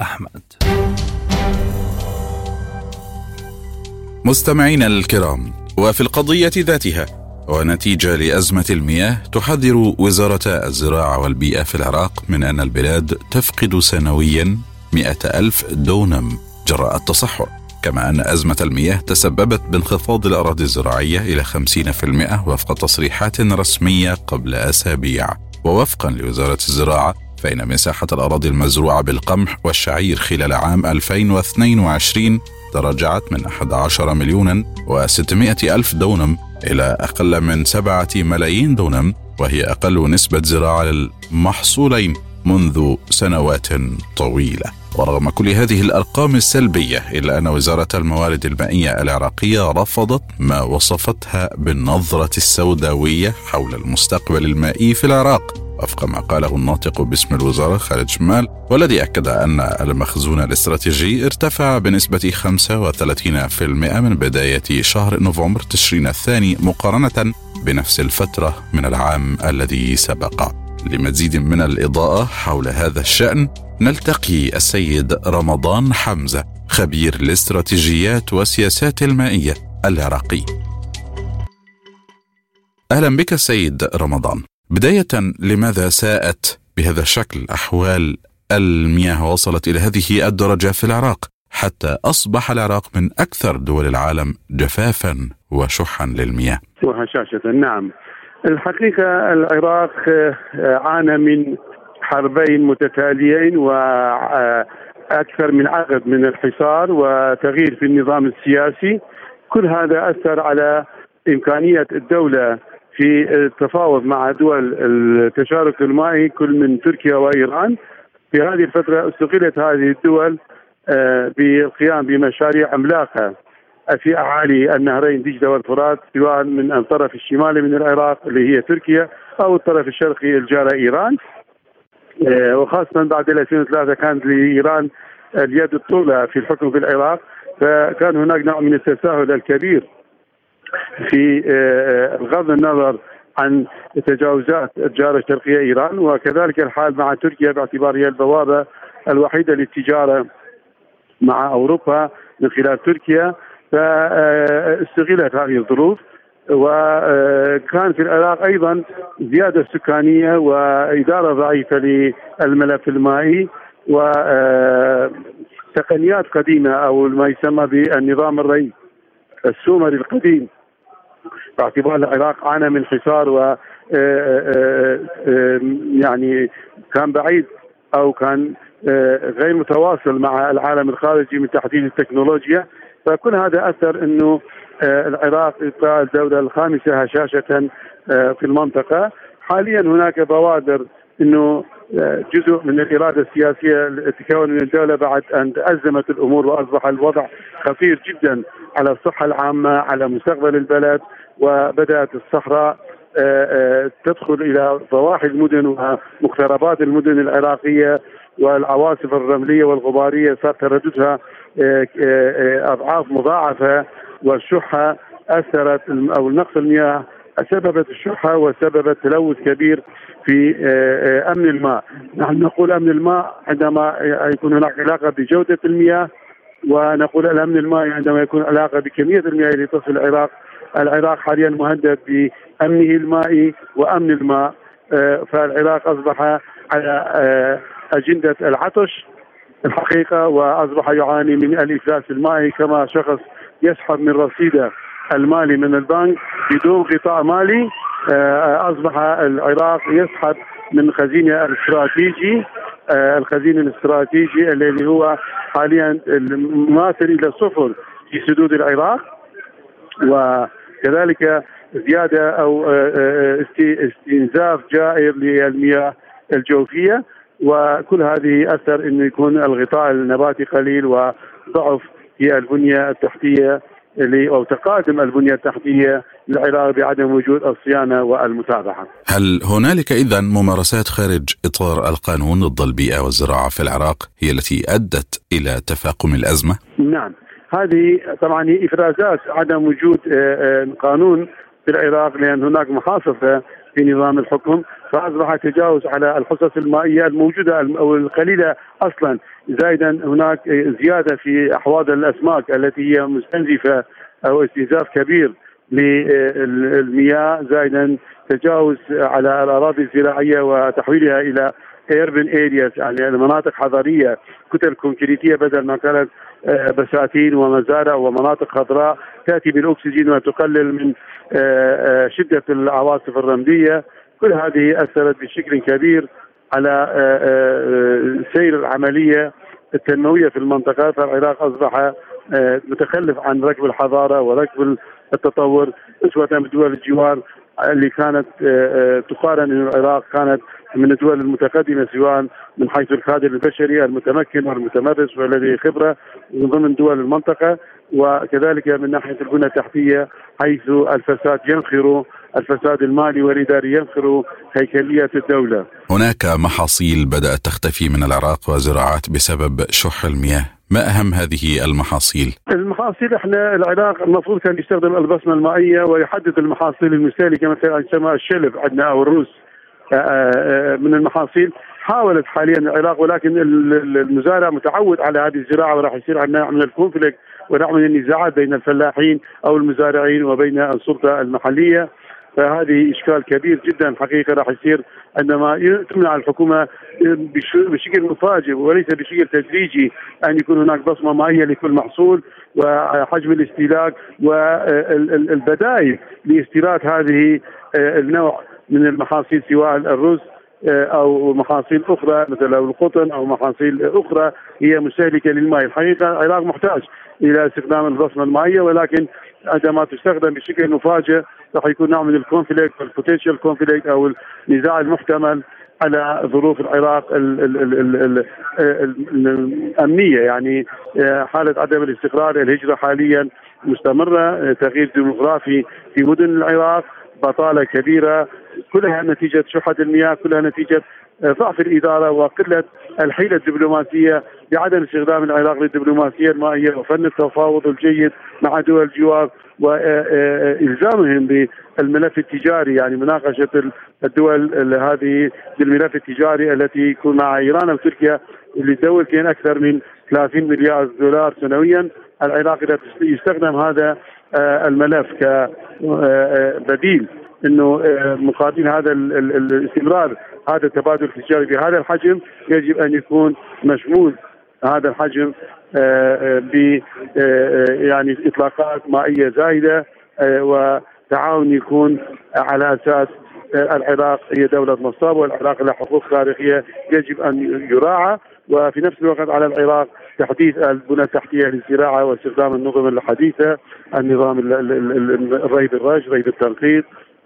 مستمعينا الكرام، وفي القضية ذاتها ونتيجة لأزمة المياه، تحذر وزارة الزراعة والبيئة في العراق من أن البلاد تفقد سنويا 100,000 دونم جراء التصحر، كما أن أزمة المياه تسببت بانخفاض الأراضي الزراعية إلى 50% وفق تصريحات رسمية قبل أسابيع. ووفقا لوزارة الزراعة، فإن مساحة الأراضي المزروعة بالقمح والشعير خلال عام 2022 تراجعت من 11,600,000 دونم إلى أقل من 7 ملايين دونم، وهي أقل نسبة زراعة للمحصولين منذ سنوات طويلة. ورغم كل هذه الأرقام السلبية، إلا أن وزارة الموارد المائية العراقية رفضت ما وصفتها بالنظرة السوداوية حول المستقبل المائي في العراق، وفق ما قاله الناطق باسم الوزارة خالد جمال، والذي أكد أن المخزون الاستراتيجي ارتفع بنسبة 35% من بداية شهر نوفمبر تشرين الثاني مقارنة بنفس الفترة من العام الذي سبق. لمزيد من الإضاءة حول هذا الشأن نلتقي السيد رمضان حمزة، خبير الاستراتيجيات والسياسات المائية العراقي. أهلا بك السيد رمضان. بداية، لماذا ساءت بهذا الشكل أحوال المياه وصلت إلى هذه الدرجة في العراق حتى أصبح العراق من أكثر دول العالم جفافا وشحا للمياه؟ وهشاشة. نعم، الحقيقة العراق عانى من حربين متتاليين وأكثر من عقد من الحصار وتغيير في النظام السياسي. كل هذا أثر على إمكانية الدولة في التفاوض مع دول التشارك المائي كل من تركيا وإيران. في هذه الفترة استغلت هذه الدول بالقيام بمشاريع عملاقة في أعالي النهرين دجلة والفرات، سواء من الطرف الشمالي من العراق اللي هي تركيا أو الطرف الشرقي الجارة إيران. وخاصة بعد 2003 كانت لإيران اليد الطولى في الحكم في العراق، فكان هناك نوع من التساهل الكبير في بغض النظر عن تجاوزات الجارة الشرقية إيران، وكذلك الحال مع تركيا باعتبارها البوابة الوحيدة للتجارة مع أوروبا من خلال تركيا. فاستغلت هذه الظروف، وكان في العراق أيضا زيادة سكانية وإدارة ضعيفة للملف المائي وتقنيات قديمة أو ما يسمى بالنظام الري السومري القديم، باعتبار العراق عانى من حصار و يعني كان بعيد أو كان غير متواصل مع العالم الخارجي من تحديد التكنولوجيا. فكل هذا أثر أنه العراق يبقى الدولة الخامسة هشاشة في المنطقة. حاليا هناك بوادر أنه جزء من الإرادة السياسية لتكون من الدولة بعد أن تأزمت الأمور وأصبح الوضع خطير جدا على الصحة العامة، على مستقبل البلد، وبدأت الصحراء تدخل إلى ضواحي المدن ومقتربات المدن العراقية، والعواصف الرملية والغبارية صار ترددها أضعاف مضاعفة، والشحة أثرت أو نقص المياه سببت الشحة وسببت تلوث كبير في أمن الماء. نحن نقول أمن الماء عندما يكون هناك علاقة بجودة المياه، ونقول الأمن المائي عندما يكون علاقة بكمية المياه اللي تصل العراق. العراق حاليا مهدد بأمنه المائي وأمن الماء، فالعراق أصبح على أجندة العطش الحقيقة، وأصبح يعاني من الإفلاس المائي، كما شخص يسحب من رصيده المالي من البنك بدون غطاء مالي. أصبح العراق يسحب من خزينة الاستراتيجي، الخزين الاستراتيجي الذي هو حاليا مماثل إلى صفر في سدود العراق، وكذلك زيادة أو استنزاف جائر للمياه الجوفية. وكل هذه أثر أنه يكون الغطاء النباتي قليل وضعف في البنية التحتية أو تقادم البنية التحتية للعراق بعدم وجود الصيانة والمتابعة. هل هنالك إذن ممارسات خارج إطار القانون ضد البيئة والزراعة في العراق هي التي أدت إلى تفاقم الأزمة؟ نعم، هذه طبعا هي إفرازات عدم وجود قانون في العراق، لأن هناك محاصصة في نظام الحكم، فأصبح تجاوز على الحصص المائية الموجودة أو القليلة أصلا. زائدا هناك زيادة في أحواض الأسماك التي هي مستنزفة أو استنزاف كبير للمياه. زائدا تجاوز على الأراضي الزراعية وتحويلها إلى urban areas، يعني المناطق حضرية، كتل كونكريتية بدل ما كانت بساتين ومزارع ومناطق خضراء تأتي بالأكسجين وتقلل من شدة العواصف الرملية. كل هذه أثرت بشكل كبير على سير العملية التنموية في المنطقة. فالعراق أصبح متخلف عن ركب الحضارة وركب التطور أسوة بدول الجوار اللي كانت تقارن أن العراق كانت من الدول المتقدمة، سواء من حيث الكادر البشري المتمكن والمتمرس والذي خبرة من ضمن دول المنطقة، وكذلك من ناحية البنية التحتية حيث الفساد ينخر، الفساد المالي والإداري ينخر هيكلية الدولة. هناك محاصيل بدأت تختفي من العراق وزراعات بسبب شح المياه، ما أهم هذه المحاصيل؟ المحاصيل احنا العراق المفروض كان يستخدم البصمة المائية ويحدد المحاصيل المستهلكة، مثلا يسمى الشلب عندنا أو الروس من المحاصيل. حاولت حاليا العراق، ولكن المزارع متعود على هذه الزراعة، وراح يصير عندنا نوع من الكونفليكت ونوع من النزاعات بين الفلاحين أو المزارعين وبين السلطة المحلية. فهذه إشكال كبير جدا حقيقة راح يصير عندما تمنع الحكومة بشكل مفاجئ وليس بشكل تدريجي أن يكون هناك بصمة مائية لكل محصول وحجم الاستهلاك والبدائل لاستيراد هذه النوع من المحاصيل، سواء الرز أو محاصيل أخرى مثل القطن أو محاصيل أخرى هي مستهلكة للماء. الحقيقة العراق محتاج إلى استخدام البصمة المائية، ولكن عندما تستخدم بشكل مفاجئ راح يكون نوع من الكونفليكت والبوتنشال كونفليكت أو النزاع المحتمل على ظروف العراق الأمنية. يعني حالة عدم الاستقرار، الهجرة حاليا مستمرة، تغيير ديموغرافي في مدن العراق، بطالة كبيرة، كلها نتيجة شحة المياه، كلها نتيجة ضعف الإدارة وقلة الحيلة الدبلوماسية بعدم استخدام العراق للدبلوماسية المائية وفن التفاوض الجيد مع دول الجوار وإلزامهم بالملف التجاري، يعني مناقشة الدول هذه بالملف التجاري التي يكون مع إيران وتركيا اللي دولتين أكثر من 30 مليار دولار سنويا. العراق إذا يستخدم هذا الملف كبديل انه مقابل هذا الاستمرار هذا التبادل التجاري بهذا الحجم، يجب ان يكون مشمول هذا الحجم ب يعني اطلاقات مائيه زايده وتعاون يكون على اساس العراق هي دوله مصاب والعراق له حقوق تاريخيه يجب ان يراعى، وفي نفس الوقت على العراق تحديث البنى التحتيه للزراعه واستخدام النظم الحديثه، النظام الري بالرش، ري بالتنقيط،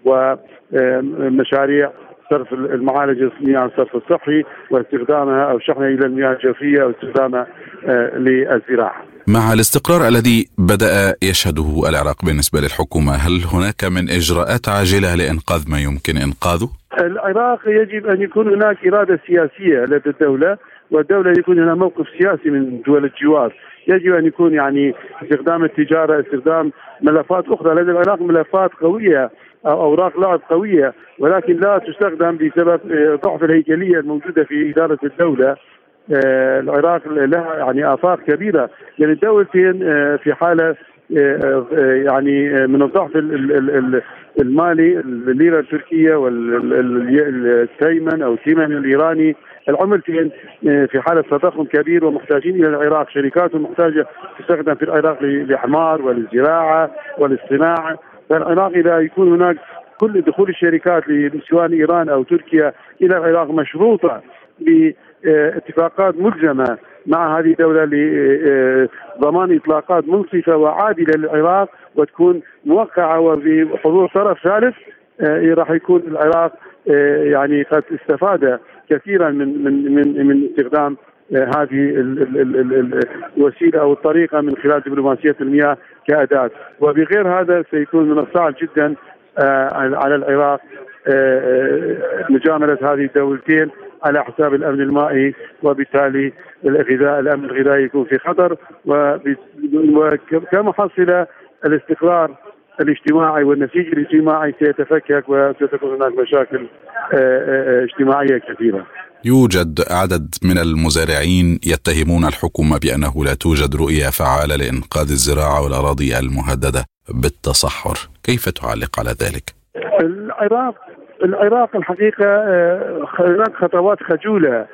ومشاريع صرف المعالجه المياه الصرف الصحي واستخدامها او شحنها الى المياه الجوفيه او استخدامها للزراعه. مع الاستقرار الذي بدأ يشهده العراق بالنسبة للحكومة، هل هناك من إجراءات عاجلة لإنقاذ ما يمكن إنقاذه؟ العراق يجب أن يكون هناك إرادة سياسية لدى الدولة، والدولة يكون لها موقف سياسي من دول الجوار. يجب أن يكون يعني استخدام التجارة، استخدام ملفات أخرى. لدى العراق ملفات قوية أو أوراق لعب قوية، ولكن لا تستخدم بسبب ضعف الهيكلية الموجودة في إدارة الدولة. العراق لها يعني آفاق كبيرة، يعني الدولتين في حالة يعني من الضعف المالي، الليرة التركية والتيمن أو التيمن الإيراني، العملتين في حالة تضخم كبير ومحتاجين إلى العراق. شركات محتاجة تستخدم في العراق للإعمار وللزراعة وللصناعة. فالعراق إذا يكون هناك كل دخول الشركات سواء إيران أو تركيا إلى العراق مشروطة باتفاقات ملزمة مع هذه الدولة لضمان إطلاقات منصفة وعادلة للعراق وتكون موقعة وبحضور طرف ثالث، راح يكون العراق يعني قد استفاد كثيرا من استخدام هذه الوسيلة أو الطريقة من خلال دبلوماسية المياه كأداة. وبغير هذا سيكون من الصعب جدا على العراق مجاملة هذه الدولتين على حساب الأمن المائي، وبالتالي الأمن الغذائي يكون في خطر، وكمحصلة الاستقرار الاجتماعي والنسيج الاجتماعي سيتفكك وستكون هناك مشاكل اجتماعية كثيرة. يوجد عدد من المزارعين يتهمون الحكومة بأنه لا توجد رؤية فعالة لإنقاذ الزراعة والأراضي المهددة بالتصحر، كيف تعلق على ذلك؟ العراق الحقيقة هناك خطوات خجولة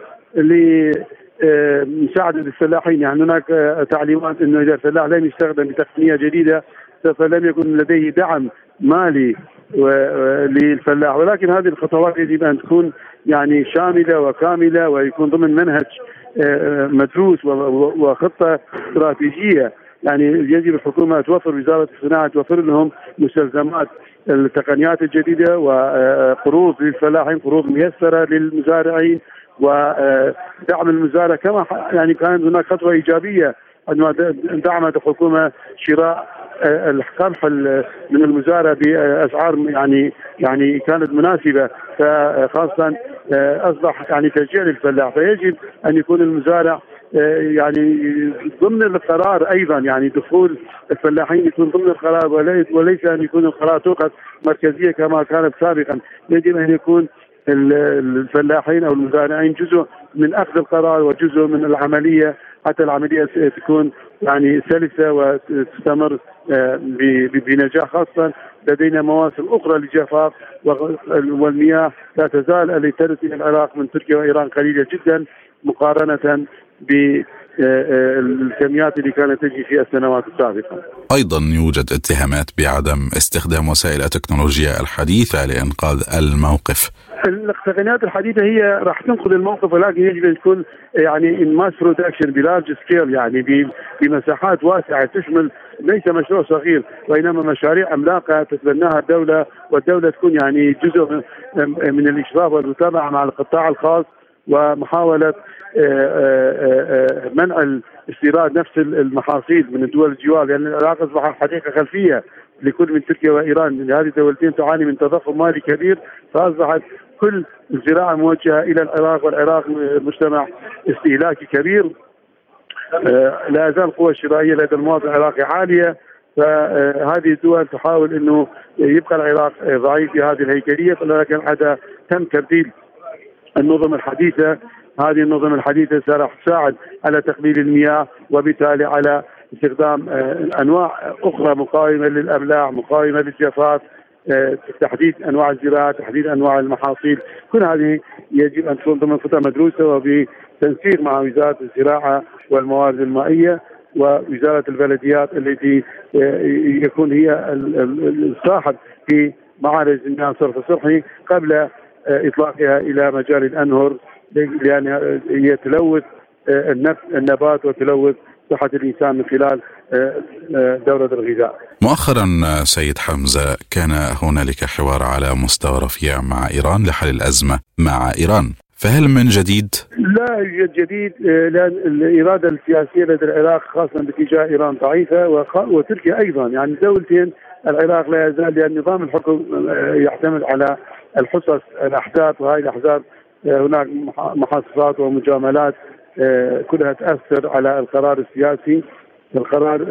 لمساعدة الفلاحين، يعني هناك تعليمات أنه إذا الفلاح لم يستخدم بتقنية جديدة فلم يكن لديه دعم مالي للفلاح، ولكن هذه الخطوات يجب أن تكون يعني شاملة وكاملة ويكون ضمن منهج مدروس وخطة استراتيجية. يعني يجب الحكومة توفر، وزارة الصناعة توفر لهم مستلزمات التقنيات الجديدة وقروض للفلاحين، قروض ميسرة للمزارعين ودعم المزارع. كما يعني كانت هناك خطوة إيجابية عندما دعمت الحكومة شراء القمح من المزارع بأسعار يعني كانت مناسبة، فخاصة أصبح يعني تشجيع للفلاح. فيجب أن يكون المزارع يعني ضمن القرار أيضا، يعني دخول الفلاحين يكون ضمن القرار وليس أن يكون القرار توقف مركزية كما كانت سابقا. يجب أن يكون الفلاحين أو المزارعين جزء من أخذ القرار وجزء من العملية، حتى العملية تكون يعني سلسة وتستمر بنجاح. خاصة لدينا مواسم أخرى للجفاف والمياه لا تزال التي ترد إلى العراق من تركيا وإيران قليلة جدا مقارنة بالكميات اللي كانت تجي في السنوات السابقة. أيضا يوجد اتهامات بعدم استخدام وسائل التكنولوجيا الحديثة لإنقاذ الموقف. التقنيات الحديثة هي راح تنقذ الموقف، ولكن يجب أن تكون يعني in mass production بلارج سكيل، يعني بمساحات واسعة تشمل ليس مشروع صغير وإنما مشاريع عملاقة تتبناها الدولة، والدولة تكون يعني جزء من الإشراف والمتابعة مع القطاع الخاص، ومحاولة منع الاستيراد نفس المحاصيل من الدول الجوار، لأن العراق أصبح حقيقة خلفية لكل من تركيا وإيران. هذه الدولتين تعاني من تضخم مالي كبير، فأصبحت كل الزراعة موجهة إلى العراق، والعراق مجتمع استهلاكي كبير. لا يزال القوة الشرائية لدى المواطن العراقي عالية، فهذه الدول تحاول أنه يبقى العراق ضعيف في هذه الهيكلية، ولكن حتى تم تبديل النظم الحديثة. هذه النظم الحديثة سراح تساعد على تقليل المياه، وبالتالي على استخدام أنواع أخرى مقاومة للأملاح، مقاومة للجفاف، تحديد أنواع الزراعة، تحديد أنواع المحاصيل. كل هذه يجب أن تكون ضمن خطة مدروسة وبتنسيق مع وزارة الزراعة والموارد المائية ووزارة البلديات التي يكون هي الصاحب في معالج المياه الصرف الصحي قبل إطلاقها إلى مجال الأنهر، لأن هي تلوث النبات وتلوث صحة الإنسان من خلال دورة الغذاء. مؤخرا سيد حمزة كان هنالك حوار على مستوى رفيع مع إيران لحل الأزمة مع إيران، فهل من جديد؟ لا يوجد جديد، لأن الإرادة السياسية لدى العراق خاصة باتجاه إيران ضعيفة، وتركيا أيضا. يعني دولتين العراق لا يزال، لأن نظام الحكم يعتمد على الحصص الأحزاب، وهذه الأحزاب هناك محاصصات ومجاملات كلها تأثر على القرار السياسي. القرار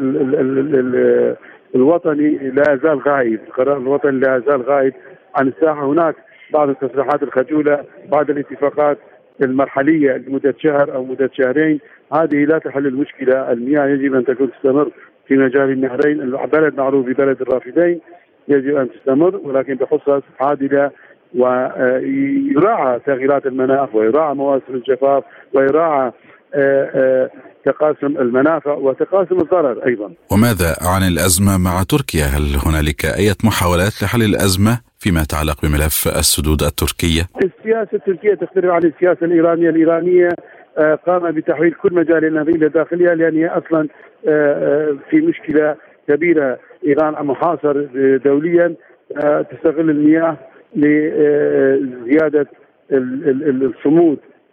الوطني لا يزال غايب، القرار الوطني لا يزال غايب عن الساحة. هناك بعض التصريحات الخجولة، بعض الاتفاقات المرحلية لمدة شهر أو مدة شهرين، هذه لا تحل المشكلة. المياه يجب أن تكون تستمر في مجال النهرين. البلد معروف ببلد الرافدين، يجب أن تستمر ولكن بحصص عادلة، ويراعى تغييرات المناخ، ويراعى مواسم الجفاف، ويراعى تقاسم المنافع وتقاسم الضرر أيضا. وماذا عن الأزمة مع تركيا؟ هل هنالك أي محاولات لحل الأزمة فيما يتعلق بملف السدود التركية؟ السياسة التركية تختلف عن السياسة الإيرانية. الإيرانية قام بتحويل كل مجال النهضة إلى داخلها، لأن هي أصلا في مشكلة كبيرة. إيران محاصر دوليا، تستغل المياه لزيادة الصمود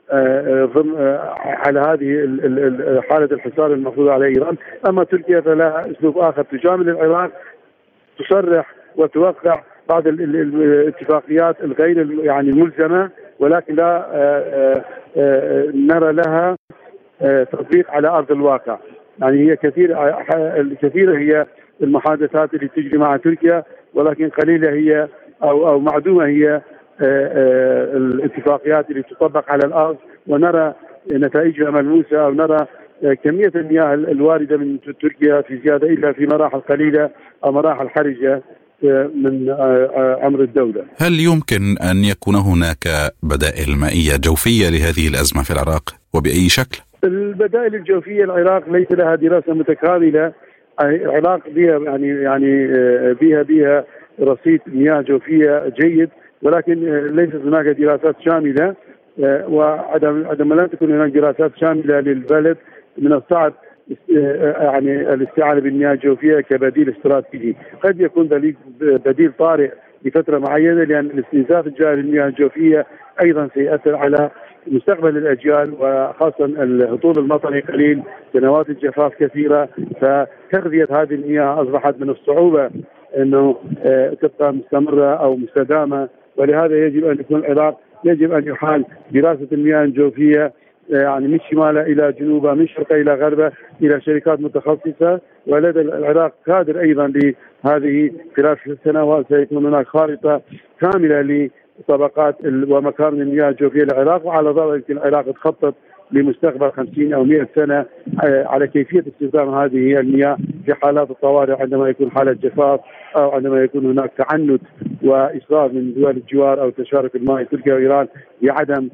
على هذه حالة الحصار المفروض على إيران. أما تركيا فلها أسلوب آخر، تجامل العراق، تصرح وتوقع بعض الاتفاقيات الغير يعني الملزمة، ولكن لا نرى لها تطبيق على أرض الواقع. يعني هي كثيرة هي المحادثات اللي تجري مع تركيا، ولكن قليلة هي أو معدومة هي الاتفاقيات اللي تطبق على الأرض ونرى نتائجها ملموسة، أو نرى كمية المياه الواردة من تركيا في زيادة إلا في مراحل قليلة أو مراحل حرجة من أمر الدولة. هل يمكن أن يكون هناك بدائل مائية جوفية لهذه الأزمة في العراق وبأي شكل؟ البدائل الجوفية، العراق ليس لها دراسة متكاملة. العراق بها يعني بها رصيد مياه جوفية جيد، ولكن ليست هناك دراسات شاملة، وعندما لا تكون هناك دراسات شاملة للبلد من الصعب يعني الاستعانة بالمياه الجوفية كبديل استراتيجي. قد يكون بديل طارئ لفترة معينة، لأن الاستنزاف الجاري للمياه الجوفية أيضا سيأثر على مستقبل الأجيال، وخاصة الهطول المطري قليل، سنوات الجفاف كثيرة، فتغذية هذه المياه أصبحت من الصعوبة أنه تبقى مستمرة أو مستدامة. ولهذا يجب أن يكون العراق يجب أن يحال دراسة المياه الجوفية يعني من شمالها إلى جنوبها، من شرقها إلى غربها، إلى شركات متخصصة. ولدى العراق كادر أيضا لهذه خلال سنوات سيكون هناك خارطة كاملة لطبقات ومكان المياه الجوفية للعراق، وعلى ضوء العراق تخطط لمستقبل 50 أو 100 سنة على كيفية استخدام هذه المياه في حالات الطوارئ، عندما يكون حالة جفاف أو عندما يكون هناك تعنت وإصرار من دول الجوار أو تشارك الماء تركيا وإيران بعدم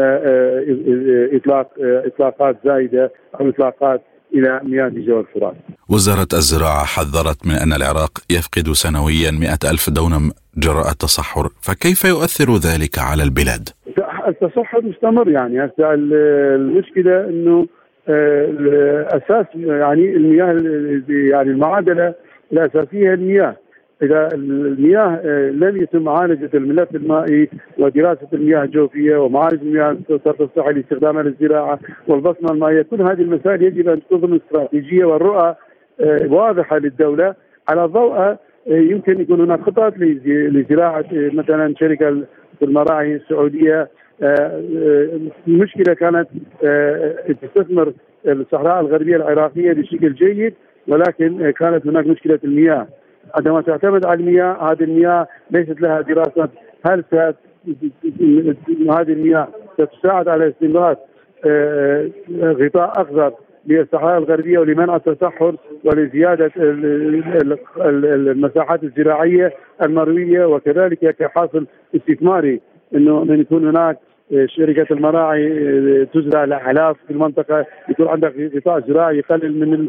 إطلاقات زايدة أو إطلاقات إلى مياه دجلة والفرات. وزارة الزراعة حذرت من أن العراق يفقد سنويا 100,000 دونم جراء التصحر، فكيف يؤثر ذلك على البلاد؟ التصحر مستمر. يعني هسه المشكلة إنه الأساس يعني المياه، يعني المعادلة الأساسية المياه. إذا المياه لم يتم معالجة الملف المائي ودراسة المياه الجوفية ومعالجة المياه الصرف الصحي لاستخدامها للزراعة والبصمة المائية، كل هذه المسائل يجب أن تكون ضمن استراتيجية والرؤى واضحة للدولة. على ضوءها يمكن يكون هناك خطط لزراعة مثلا شركة المراعي السعودية. المشكلة كانت تستثمر الصحراء الغربية العراقية بشكل جيد، ولكن كانت هناك مشكلة المياه. عندما تعتمد على المياه، هذه المياه ليست لها دراسة هل هذه المياه ستساعد على استمرار غطاء أخضر للصحراء الغربية ولمنع التصحر ولزيادة المساحات الزراعية المروية، وكذلك كحاصل استثماري انه يكون هناك شركة المراعي تزرع الأعلاف في المنطقة، يكون عندك غطاء زراعي يقلل من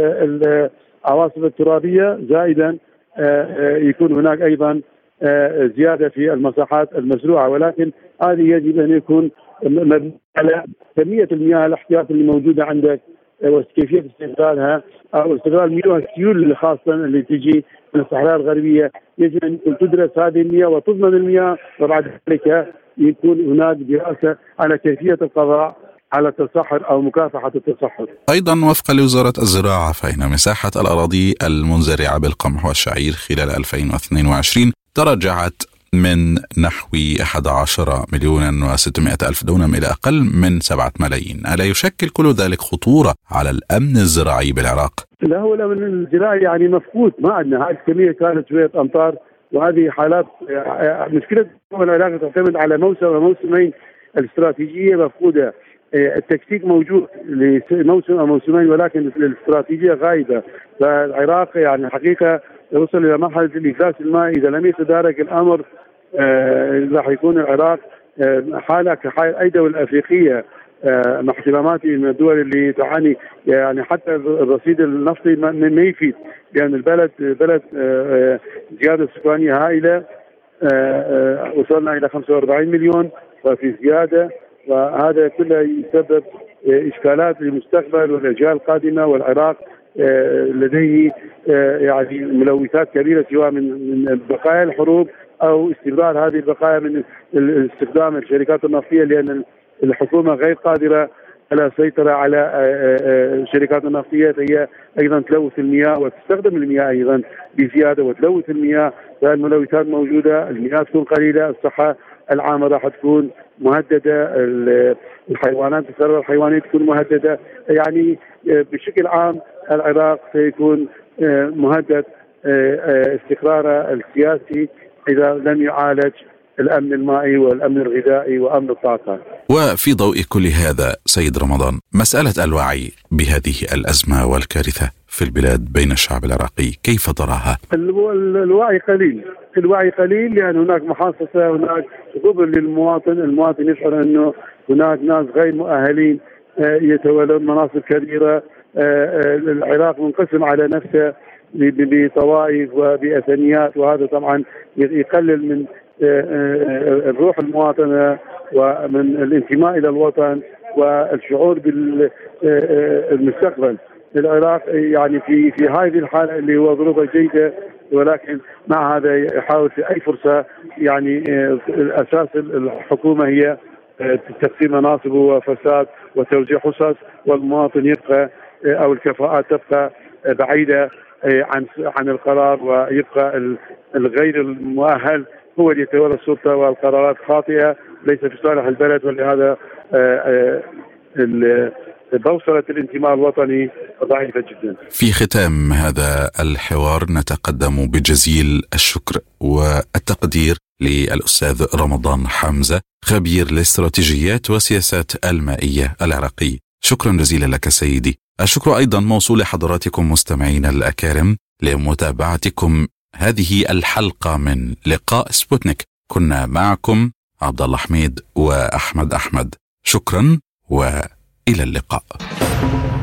العواصف الترابية، زائدا يكون هناك أيضا زيادة في المساحات المزروعة. ولكن هذه يجب أن يكون مبني على كمية المياه الاحتياطي اللي موجودة عندك وكيفية استغلالها أو استغلال مياه السيول خاصة اللي تجي من الصحراء الغربية. يجب أن تدرس هذه المياه وتضمن المياه، وبعد ذلك يكون هناك دراسة على كيفية القضاء على التصحر أو مكافحة التصحر. أيضا وفقا لوزارة الزراعة فإن مساحة الأراضي المنزرعة بالقمح والشعير خلال 2022 تراجعت من نحو 11,600,000 دونم إلى أقل من 7 ملايين. ألا يشكل كل ذلك خطورة على الأمن الزراعي بالعراق؟ لا، هو الأمن الزراعي يعني مفقود، ما عندنا. هذه الكمية كانت شوية أمطار، وهذه حالات مشكلة العراق تعتمد على موسم وموسمين. الاستراتيجية مفقودة، التكتيك موجود لموسم أو موسمين، ولكن الاستراتيجية غايبة. فالعراق يعني حقيقة وصل إلى مرحلة الإفلاس المائي. إذا لم يتدارك الأمر راح يكون العراق حالة كحال أي دولة أفريقية مع احتراماتي من الدول اللي تعاني. يعني حتى الرصيد النفطي ما يفيد، لأن البلد بلد زيادة سكانية هائلة، وصلنا إلى 45 مليون وفي زيادة، وهذا كله يسبب إشكالات للمستقبل والأجيال القادمة. والعراق لديه يعني ملوثات كبيرة سواء من بقايا الحروب أو استمرار هذه البقايا من استخدام الشركات النفطية، لأن الحكومة غير قادرة على السيطرة على الشركات النفطية. هي أيضا تلوث المياه وتستخدم المياه أيضا بزيادة وتلوث المياه، فالملوثات موجودة، المياه تكون قليلة، الصحة العامة راح تكون مهددة، الحيوانات الثروة الحيوانية تكون مهددة. يعني بشكل عام العراق سيكون مهدد استقراره السياسي إذا لم يعالج الأمن المائي والأمن الغذائي وأمن الطاقة. وفي ضوء كل هذا سيد رمضان، مسألة الوعي بهذه الأزمة والكارثة في البلاد بين الشعب العراقي كيف تراها؟ الوعي قليل لأن هناك محاصصة، هناك غبن للمواطن. المواطن يشعر أنه هناك ناس غير مؤهلين يتولون مناصب كبيرة. العراق منقسم على نفسه بطوائف وبأثنيات، وهذا طبعا يقلل من الروح المواطنة ومن الانتماء إلى الوطن والشعور بالمستقبل. العراق يعني في هذه الحالة اللي هو ظروفه جيدة، ولكن مع هذا يحاول في أي فرصة. يعني أساس الحكومة هي تقسيم مناصب وفساد وتوزيع حصص، والمواطن يبقى أو الكفاءات تبقى بعيدة عن القرار، ويبقى الغير المؤهل هو اللي يتولى السلطة، والقرارات خاطئة ليس في صالح البلد. ولهذا بوصلة الانتماء الوطني ضعيفة جدا. في ختام هذا الحوار نتقدم بجزيل الشكر والتقدير للأستاذ رمضان حمزة، خبير الاستراتيجيات والسياسات المائية العراقي. شكرا جزيلا لك سيدي. الشكر أيضا موصول لحضراتكم مستمعين الأكارم لمتابعتكم هذه الحلقة من لقاء سبوتنيك. كنا معكم عبد الله حميد وأحمد أحمد. شكرا وإلى اللقاء.